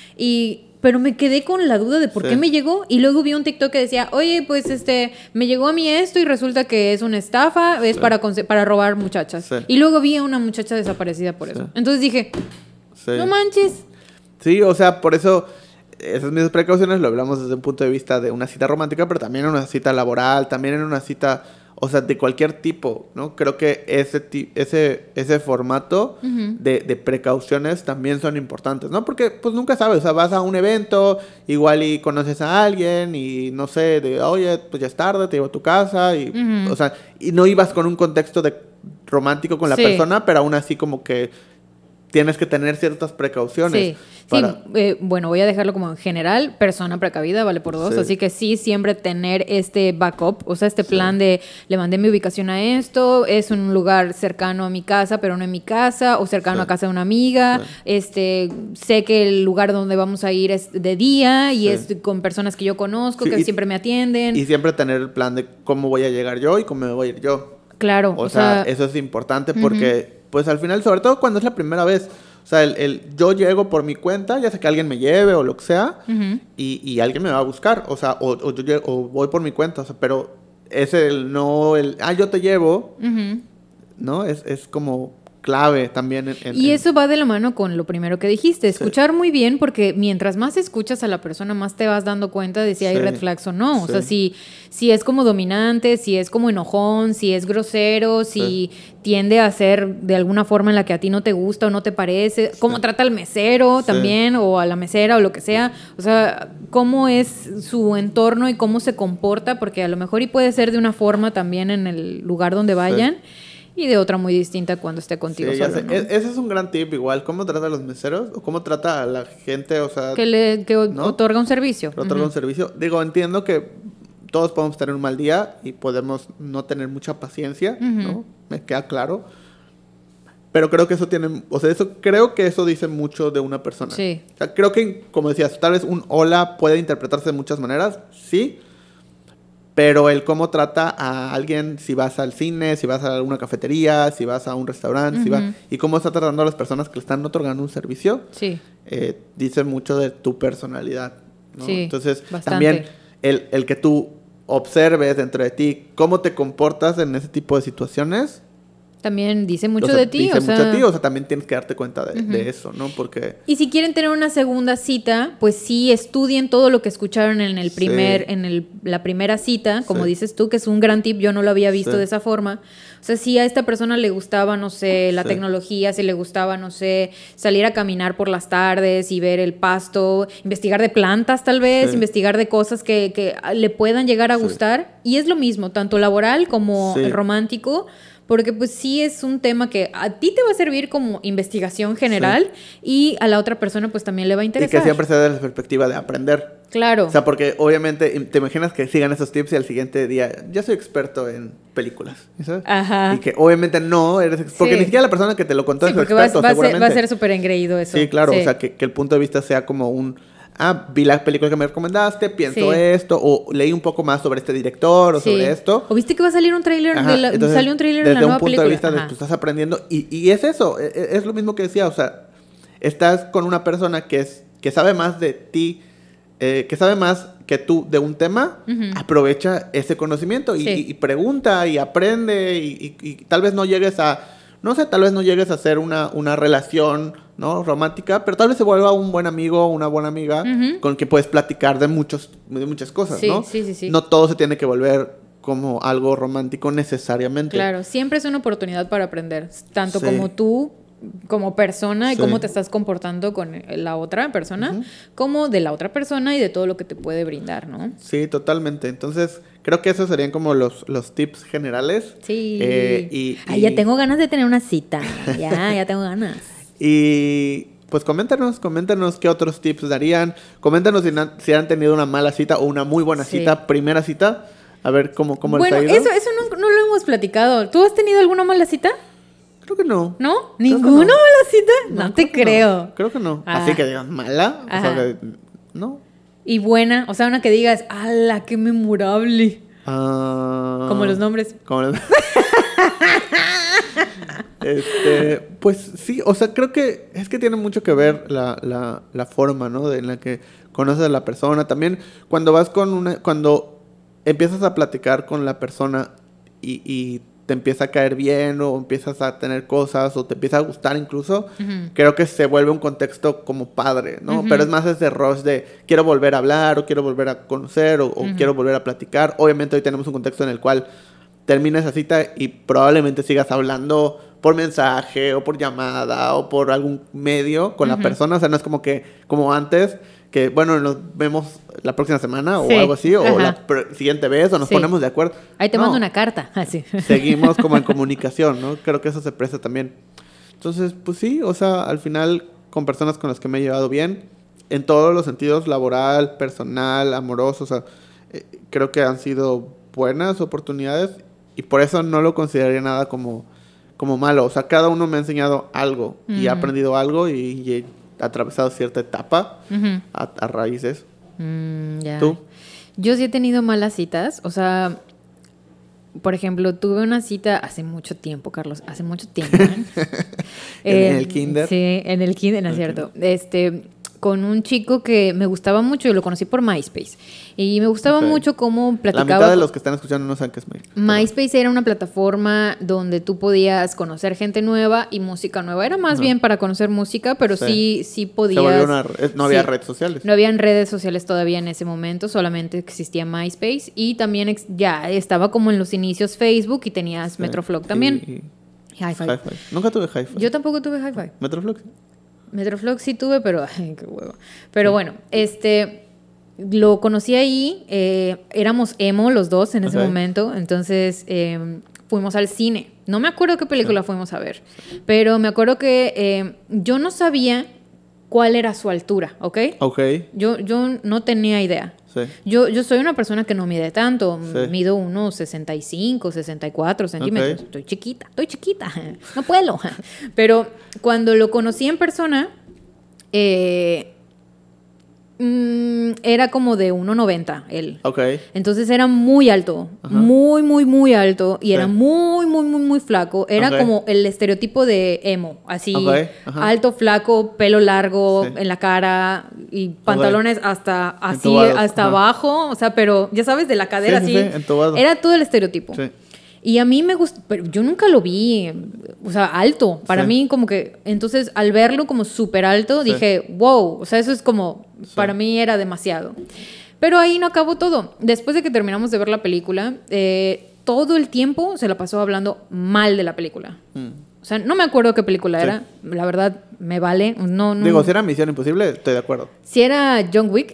Y pero me quedé con la duda de por sí. qué me llegó. Y luego vi un TikTok que decía, oye, pues este me llegó a mí esto y resulta que es una estafa, es sí. para, para robar muchachas. Sí. Y luego vi a una muchacha desaparecida por eso. Sí. Entonces dije, sí. no manches. Sí, o sea, por eso... Esas mismas precauciones lo hablamos desde un punto de vista de una cita romántica, pero también en una cita laboral, también en una cita, o sea, de cualquier tipo, ¿no? Creo que ese ese ese formato uh-huh. de, de precauciones también son importantes, ¿no? Porque pues nunca sabes, o sea, vas a un evento, igual y conoces a alguien y no sé, de, oye, pues ya es tarde, te llevo a tu casa, y, uh-huh. o sea, y no ibas con un contexto de romántico con la sí. persona, pero aún así como que tienes que tener ciertas precauciones. Sí, para... sí eh, bueno, voy a dejarlo como en general, persona precavida, vale por dos, sí. así que sí, siempre tener este backup, o sea, este plan sí. de, le mandé mi ubicación a esto, es un lugar cercano a mi casa, pero no en mi casa, o cercano sí. a casa de una amiga, sí. este, sé que el lugar donde vamos a ir es de día, y sí. es con personas que yo conozco, sí, que y, siempre me atienden. Y siempre tener el plan de cómo voy a llegar yo y cómo me voy a ir yo. Claro. O, o sea, sea, eso es importante porque... Uh-huh. Pues al final, sobre todo cuando es la primera vez, o sea, el, el yo llego por mi cuenta, ya sea que alguien me lleve o lo que sea, uh-huh. y, y alguien me va a buscar, o sea, o, o yo llego, o voy por mi cuenta, o sea, pero es el no, el, ah, yo te llevo, uh-huh. ¿no? Es, es como clave también. En, en, y eso va de la mano con lo primero que dijiste, escuchar sí. muy bien, porque mientras más escuchas a la persona, más te vas dando cuenta de si hay sí. red flags o no. O sí. sea, si, si es como dominante, si es como enojón, si es grosero, si sí. tiende a ser de alguna forma en la que a ti no te gusta o no te parece, cómo sí. trata al mesero sí. también, o a la mesera o lo que sea. O sea, cómo es su entorno y cómo se comporta, porque a lo mejor y puede ser de una forma también en el lugar donde vayan. Sí. Y de otra muy distinta cuando esté contigo sí, solo, ¿no? Ese es un gran tip igual. ¿Cómo trata a los meseros? ¿O cómo trata a la gente? O sea, que le que ¿no? otorga un servicio. Que otorga uh-huh. un servicio. Digo, entiendo que todos podemos tener un mal día y podemos no tener mucha paciencia, uh-huh. ¿no? Me queda claro. Pero creo que eso tiene... O sea, eso creo que eso dice mucho de una persona. Sí. O sea, creo que, como decías, tal vez un hola puede interpretarse de muchas maneras. Sí. Pero el cómo trata a alguien, si vas al cine, si vas a alguna cafetería, si vas a un restaurante, uh-huh. si va, y cómo está tratando a las personas que le están otorgando un servicio, sí. eh, dice mucho de tu personalidad, ¿no? Sí, entonces, bastante. También el, el que tú observes dentro de ti cómo te comportas en ese tipo de situaciones, también dice mucho o sea, de ti. Dice o mucho sea... de ti, o sea, también tienes que darte cuenta de, uh-huh. de eso, ¿no? Porque... Y si quieren tener una segunda cita, pues sí estudien todo lo que escucharon en el primer, sí. en el, la primera cita, como sí. dices tú, que es un gran tip, yo no lo había visto sí. de esa forma. O sea, si a esta persona le gustaba, no sé, la sí. tecnología, si le gustaba, no sé, salir a caminar por las tardes y ver el pasto, investigar de plantas tal vez, sí. investigar de cosas que, que le puedan llegar a sí. gustar. Y es lo mismo, tanto laboral como sí. romántico, porque pues sí es un tema que a ti te va a servir como investigación general sí. y a la otra persona pues también le va a interesar. Y que siempre sea desde la perspectiva de aprender. Claro. O sea, porque obviamente te imaginas que sigan esos tips y al siguiente día, ya soy experto en películas, ¿sabes? Ajá. Y que obviamente no eres experto, porque sí. ni siquiera la persona que te lo contó sí, es su experto, va, va seguramente. Va a ser súper engreído eso. Sí, claro, sí. o sea, que, que el punto de vista sea como un... Ah, vi la película que me recomendaste, pienso sí. esto, o leí un poco más sobre este director, o sí. sobre esto. O viste que va a salir un tráiler, salió un tráiler de la nueva película. Desde un punto de vista de tú estás aprendiendo, y, y es eso, es, es lo mismo que decía, o sea, estás con una persona que, es, que sabe más de ti, eh, que sabe más que tú de un tema, uh-huh. aprovecha ese conocimiento y, sí. y, y pregunta y aprende, y, y, y tal vez no llegues a... No sé, tal vez no llegues a hacer una, una relación, ¿no? romántica, pero tal vez se vuelva un buen amigo o una buena amiga uh-huh. con que puedes platicar de, muchos, de muchas cosas, sí, ¿no? Sí, sí, sí. No todo se tiene que volver como algo romántico necesariamente. Claro, siempre es una oportunidad para aprender, tanto sí. como tú, como persona y sí. cómo te estás comportando con la otra persona, uh-huh. como de la otra persona y de todo lo que te puede brindar, ¿no? Sí, totalmente. Entonces... Creo que esos serían como los, los tips generales. Sí. Eh, y, Ay, y... ya tengo ganas de tener una cita. Ya, ya tengo ganas. Y pues coméntanos, coméntanos qué otros tips darían. Coméntanos si, na- si han tenido una mala cita o una muy buena sí. cita, primera cita. A ver cómo, cómo bueno, les ha ido. Bueno, eso, eso no, no lo hemos platicado. ¿Tú has tenido alguna mala cita? Creo que no. ¿No? ¿Ninguna no. mala cita? No, no te creo. No. Creo que no. Ah. Así que digas, ¿mala? O sea, que, no. Y buena, o sea, una que digas, ¡ala, qué memorable! Uh, como los nombres. Como los... este, pues sí, o sea, creo que es que tiene mucho que ver la, la, la forma, ¿no? De, en la que conoces a la persona. También cuando vas con una... Cuando empiezas a platicar con la persona y... y te empieza a caer bien o empiezas a tener cosas o te empieza a gustar incluso, uh-huh. creo que se vuelve un contexto como padre, ¿no? Uh-huh. Pero es más ese rush de quiero volver a hablar o quiero volver a conocer o, o uh-huh. quiero volver a platicar. Obviamente hoy tenemos un contexto en el cual termina esa cita y probablemente sigas hablando por mensaje o por llamada o por algún medio con uh-huh. la persona. O sea, no es como que, como antes, que bueno, nos vemos la próxima semana sí. o algo así, o Ajá. la pr- siguiente vez, o nos sí. ponemos de acuerdo. Ahí te no. mando una carta. Así. Seguimos como en comunicación, ¿no? Creo que eso se presta también. Entonces, pues sí, o sea, al final, con personas con las que me he llevado bien, en todos los sentidos, laboral, personal, amoroso, o sea, eh, creo que han sido buenas oportunidades y por eso no lo consideraría nada como, como malo. O sea, cada uno me ha enseñado algo mm. y he aprendido algo y, y he atravesado cierta etapa uh-huh. a, a raíz de eso. Mm, ya. ¿Tú? Yo sí he tenido malas citas, o sea, por ejemplo, tuve una cita hace mucho tiempo, Carlos, hace mucho tiempo. ¿eh? ¿En eh, el kinder? Sí, en el kinder, ¿no es cierto? Este, con un chico que me gustaba mucho y lo conocí por MySpace. Y me gustaba okay. mucho cómo platicaba. La mitad de los que están escuchando no saben qué es MySpace. MySpace era una plataforma donde tú podías conocer gente nueva y música nueva. Era más uh-huh. bien para conocer música, pero sí, sí, sí podías... Se volvió una, no había sí, redes sociales. No habían redes sociales todavía en ese momento, solamente existía MySpace. Y también ex- ya estaba como en los inicios Facebook y tenías sí. Metroflog también. Y, y... Hi-Fi. Hi-Fi. Nunca tuve Hi-Fi. Yo tampoco tuve Hi-Fi. Metroflog. Metroflog sí tuve, pero ay, qué huevo. Pero sí. bueno, este lo conocí ahí, eh, éramos emo los dos en ese okay. momento, entonces eh, fuimos al cine. No me acuerdo qué película sí. fuimos a ver, sí. pero me acuerdo que eh, yo no sabía cuál era su altura, ¿ok? Ok. Yo, yo no tenía idea. Sí. Yo, yo soy una persona que no mide tanto, sí. mido unos sesenta y cinco, sesenta y cuatro centímetros. Okay. Estoy chiquita, estoy chiquita, no puedo. Pero cuando lo conocí en persona, eh, mmm, era como de uno noventa él. Ok. Entonces era muy alto, Ajá. muy, muy, muy alto. Y sí. era muy, muy, muy, muy flaco. Era okay. como el estereotipo de emo. Así, okay. alto, flaco, pelo largo sí. en la cara y pantalones okay. hasta así, Entubados. hasta Ajá. abajo. O sea, pero ya sabes, de la cadera sí, así. Sí, sí. Era todo el estereotipo. Sí. Y a mí me gusta, pero yo nunca lo vi, o sea, alto. Para sí. mí como que, entonces al verlo como súper alto, sí. dije, wow, o sea, eso es como, sí. para mí era demasiado. Pero ahí no acabó todo. Después de que terminamos de ver la película, eh, todo el tiempo se la pasó hablando mal de la película. Mm. O sea, no me acuerdo qué película sí. era, la verdad, me vale. No, no, Digo, si era Misión Imposible, estoy de acuerdo. Si era John Wick,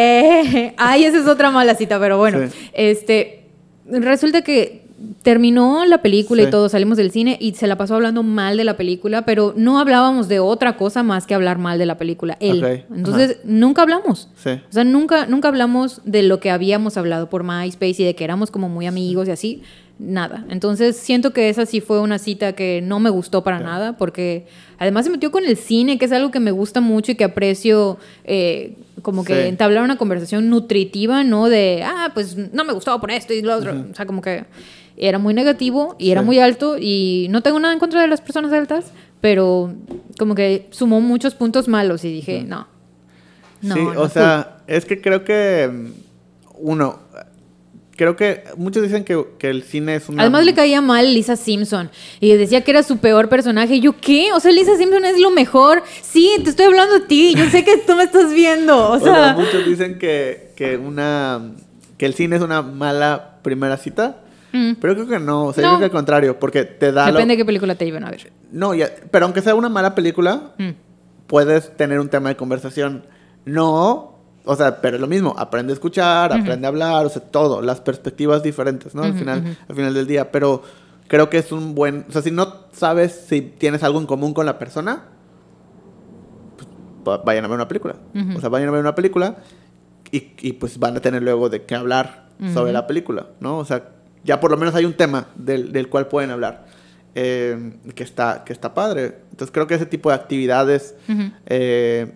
eh, ay, esa es otra mala cita, pero bueno, sí. este, resulta que terminó la película sí. y todo, salimos del cine y se la pasó hablando mal de la película, pero no hablábamos de otra cosa más que hablar mal de la película, él. Okay. Entonces, Ajá. nunca hablamos. Sí. O sea, nunca, nunca hablamos de lo que habíamos hablado por MySpace y de que éramos como muy amigos y así. Nada. Entonces, siento que esa sí fue una cita que no me gustó para sí. nada, porque además se metió con el cine, que es algo que me gusta mucho y que aprecio, eh, como que sí. entablar una conversación nutritiva, no de, ah, pues no me gustaba por esto y lo otro. Uh-huh. O sea, como que era muy negativo y era sí. muy alto y no tengo nada en contra de las personas altas, pero como que sumó muchos puntos malos y dije, uh-huh. no. no. Sí, no o sea, cool. es que creo que, uno... Creo que muchos dicen que, que el cine es una... Además le caía mal Lisa Simpson. Y decía que era su peor personaje. Y yo, ¿qué? O sea, Lisa Simpson es lo mejor. Sí, te estoy hablando a ti. Yo sé que tú me estás viendo. O sea... o sea, muchos dicen que, que, una, que el cine es una mala primera cita. Mm. Pero creo que no. O sea, no. yo creo que al contrario. Porque te da... Depende lo... de qué película te lleven a ver. No, ya, pero aunque sea una mala película, mm. puedes tener un tema de conversación. No... O sea, pero es lo mismo, aprende a escuchar, uh-huh. aprende a hablar, o sea, todo, las perspectivas diferentes, ¿no? Uh-huh, al final, uh-huh. al final del día, pero creo que es un buen, o sea, si no sabes si tienes algo en común con la persona, pues vayan a ver una película. Uh-huh. O sea, vayan a ver una película y, y pues van a tener luego de qué hablar uh-huh. sobre la película, ¿no? O sea, ya por lo menos hay un tema del, del cual pueden hablar, eh, que está, que está padre. Entonces creo que ese tipo de actividades, uh-huh. eh,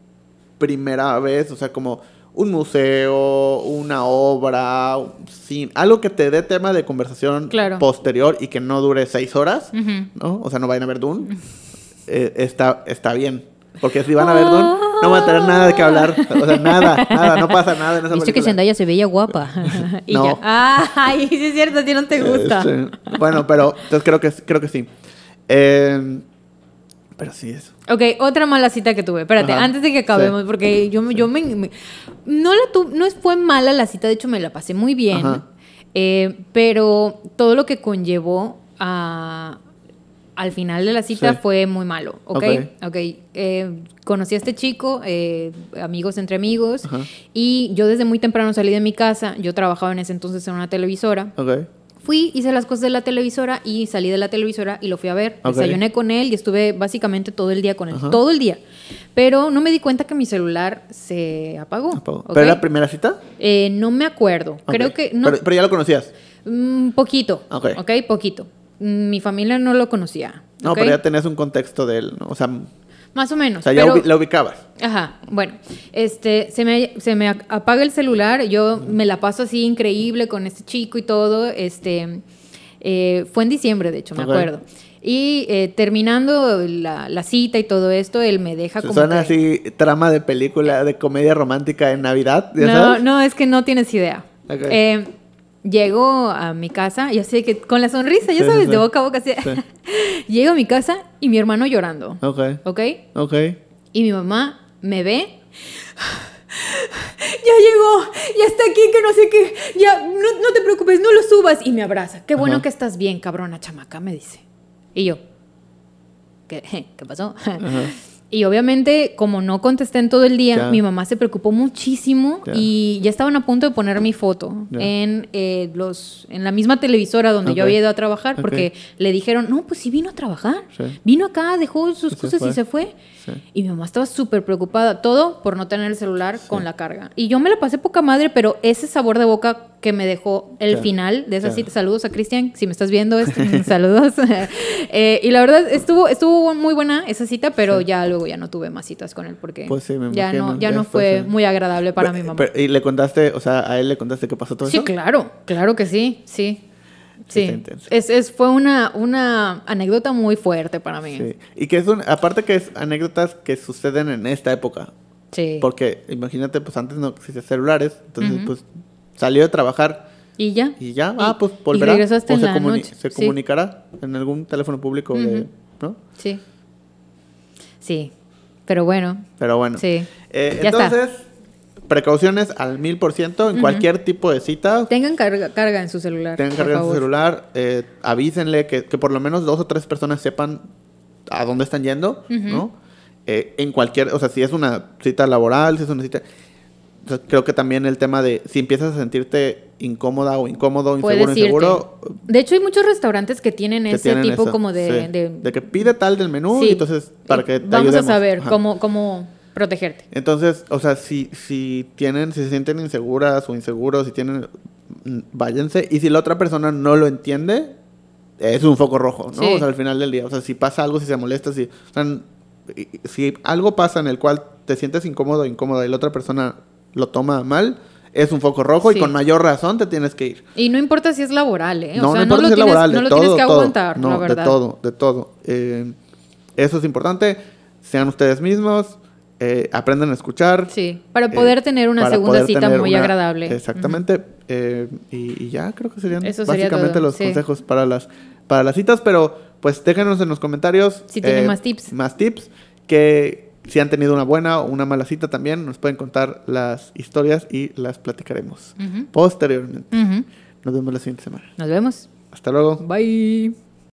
primera vez, o sea, como un museo, una obra, sí, algo que te dé tema de conversación claro. posterior y que no dure seis horas, uh-huh. ¿no? O sea, no vayan a ver Dune, uh-huh. eh, está, está bien. Porque si van a ver Dune, no van a tener nada de qué hablar. O sea, nada, nada, no pasa nada en esa película. Dice que Zendaya se veía guapa. y no. ya. Ay, sí es cierto, a ti no te gusta. Eh, sí. Bueno, pero entonces creo que, creo que sí. Eh... Pero sí, eso. Ok, otra mala cita que tuve. Espérate, Ajá. antes de que acabemos, sí. porque yo, yo me, me... No la tu, no fue mala la cita, de hecho me la pasé muy bien. Eh, pero todo lo que conllevó a, al final de la cita sí. fue muy malo. Ok, okay. okay. Eh, conocí a este chico, eh, amigos entre amigos. Ajá. Y yo desde muy temprano salí de mi casa. Yo trabajaba en ese entonces en una televisora. Ok. Fui, hice las cosas de la televisora y salí de la televisora y lo fui a ver. Okay. Desayuné con él y estuve básicamente todo el día con él. Ajá. Todo el día. Pero no me di cuenta que mi celular se apagó. apagó. ¿Okay? ¿Pero era la primera cita? Eh, no me acuerdo. Okay. Creo que... No, pero, pero ya lo conocías. Un poquito. Ok. Ok, poquito. Mi familia no lo conocía. No, ¿okay? Pero ya tenías un contexto de él, ¿no? O sea... Más o menos. O sea, ya pero, ubi- la ubicabas. Ajá, bueno, este, se me, se me apaga el celular, yo me la paso así increíble con este chico y todo, este, eh, fue en diciembre, de hecho, me okay. acuerdo. Y eh, terminando la, la cita y todo esto, él me deja como Suena que... así, trama de película, de comedia romántica en Navidad, ¿ya no, sabes? No, es que no tienes idea. Okay. Eh, llego a mi casa, ya sé que con la sonrisa, ya sí, sabes, sí, de boca a boca así. Sí. Llego a mi casa y mi hermano llorando. Ok. Ok. Ok. Y mi mamá me ve. Ya llegó, ya está aquí, que no sé qué. Ya, no, no te preocupes, no lo subas. Y me abraza. Qué bueno Ajá. que estás bien, cabrona chamaca, me dice. Y yo, ¿qué, ¿qué pasó? Ajá. Y obviamente, como no contesté en todo el día, ya. mi mamá se preocupó muchísimo ya. y ya estaban a punto de poner mi foto en, eh, los, en la misma televisora donde okay. yo había ido a trabajar, okay. porque le dijeron, no, pues sí vino a trabajar. Sí. Vino acá, dejó sus sí, cosas se y se fue. Sí. Y mi mamá estaba súper preocupada, todo por no tener el celular sí. con la carga. Y yo me la pasé poca madre, pero ese sabor de boca que me dejó el Claro. final de esa Claro. cita. Saludos a Cristian, si me estás viendo, este, saludos. Eh, y la verdad estuvo estuvo muy buena esa cita, pero Sí. ya luego ya no tuve más citas con él porque Pues sí, me ya imagino, no ya ya no después, fue sí. muy agradable para mi mamá. Pero, ¿y le contaste, o sea, a él le contaste qué pasó todo Sí, eso? claro, claro que sí, sí. Sí, Está intenso. es, es, fue una, una anécdota muy fuerte para mí. Sí. Y que es un, aparte que es anécdotas que suceden en esta época. Sí. Porque imagínate, pues antes no existían celulares, entonces Ujú. pues salió de trabajar Y ya. y ya, Y- ah, pues y volverá. regresaste o en se, la comuni- noche. se Sí. comunicará en algún teléfono público, de, Ujú. ¿no? Sí. Sí. Pero bueno. Pero bueno. Sí. Eh, Ya está. entonces, precauciones al mil por ciento en Ujú. cualquier tipo de cita. Tengan carga, carga en su celular. Tengan por carga en su favor. celular, eh, avísenle que, que por lo menos dos o tres personas sepan a dónde están yendo, Ujú. ¿no? Eh, en cualquier, o sea, si es una cita laboral, si es una cita... o sea, creo que también el tema de si empiezas a sentirte incómoda o incómodo, Puedes inseguro, irte. inseguro... De hecho, hay muchos restaurantes que tienen que ese tienen tipo eso, como de, sí. de- De que pide tal del menú Sí. y entonces para Y que te vamos ayudemos. a saber Ajá. cómo, cómo protegerte. Entonces, o sea, si, si tienen, si se sienten inseguras o inseguros, si tienen, mm, váyanse. Y si la otra persona no lo entiende, es un foco rojo, ¿no? Sí. O sea, al final del día. O sea, si pasa algo, si se molesta, si, o sea, n- y- si algo pasa en el cual te sientes incómodo o incómoda y la otra persona lo toma mal, es un foco rojo Sí. y con mayor razón te tienes que ir. Y no importa si es laboral, ¿eh? No, o no sea, importa lo si es tienes, laboral, no de lo todo, tienes que todo. aguantar, No, la de verdad. todo, de todo. Eh, eso es importante. Sean ustedes mismos, eh, aprendan a escuchar. Sí, para poder eh, tener una para segunda poder cita tener muy una- agradable. Exactamente. eh, y, y ya creo que serían Eso sería básicamente todo, los sí. consejos para las, para las citas. Pero pues déjenos en los comentarios. Si tienen más tips. Más tips. Que si han tenido una buena o una mala cita también, nos pueden contar las historias y las platicaremos Ujú. posteriormente. Ujú. Nos vemos la siguiente semana. Nos vemos. Hasta luego. Bye.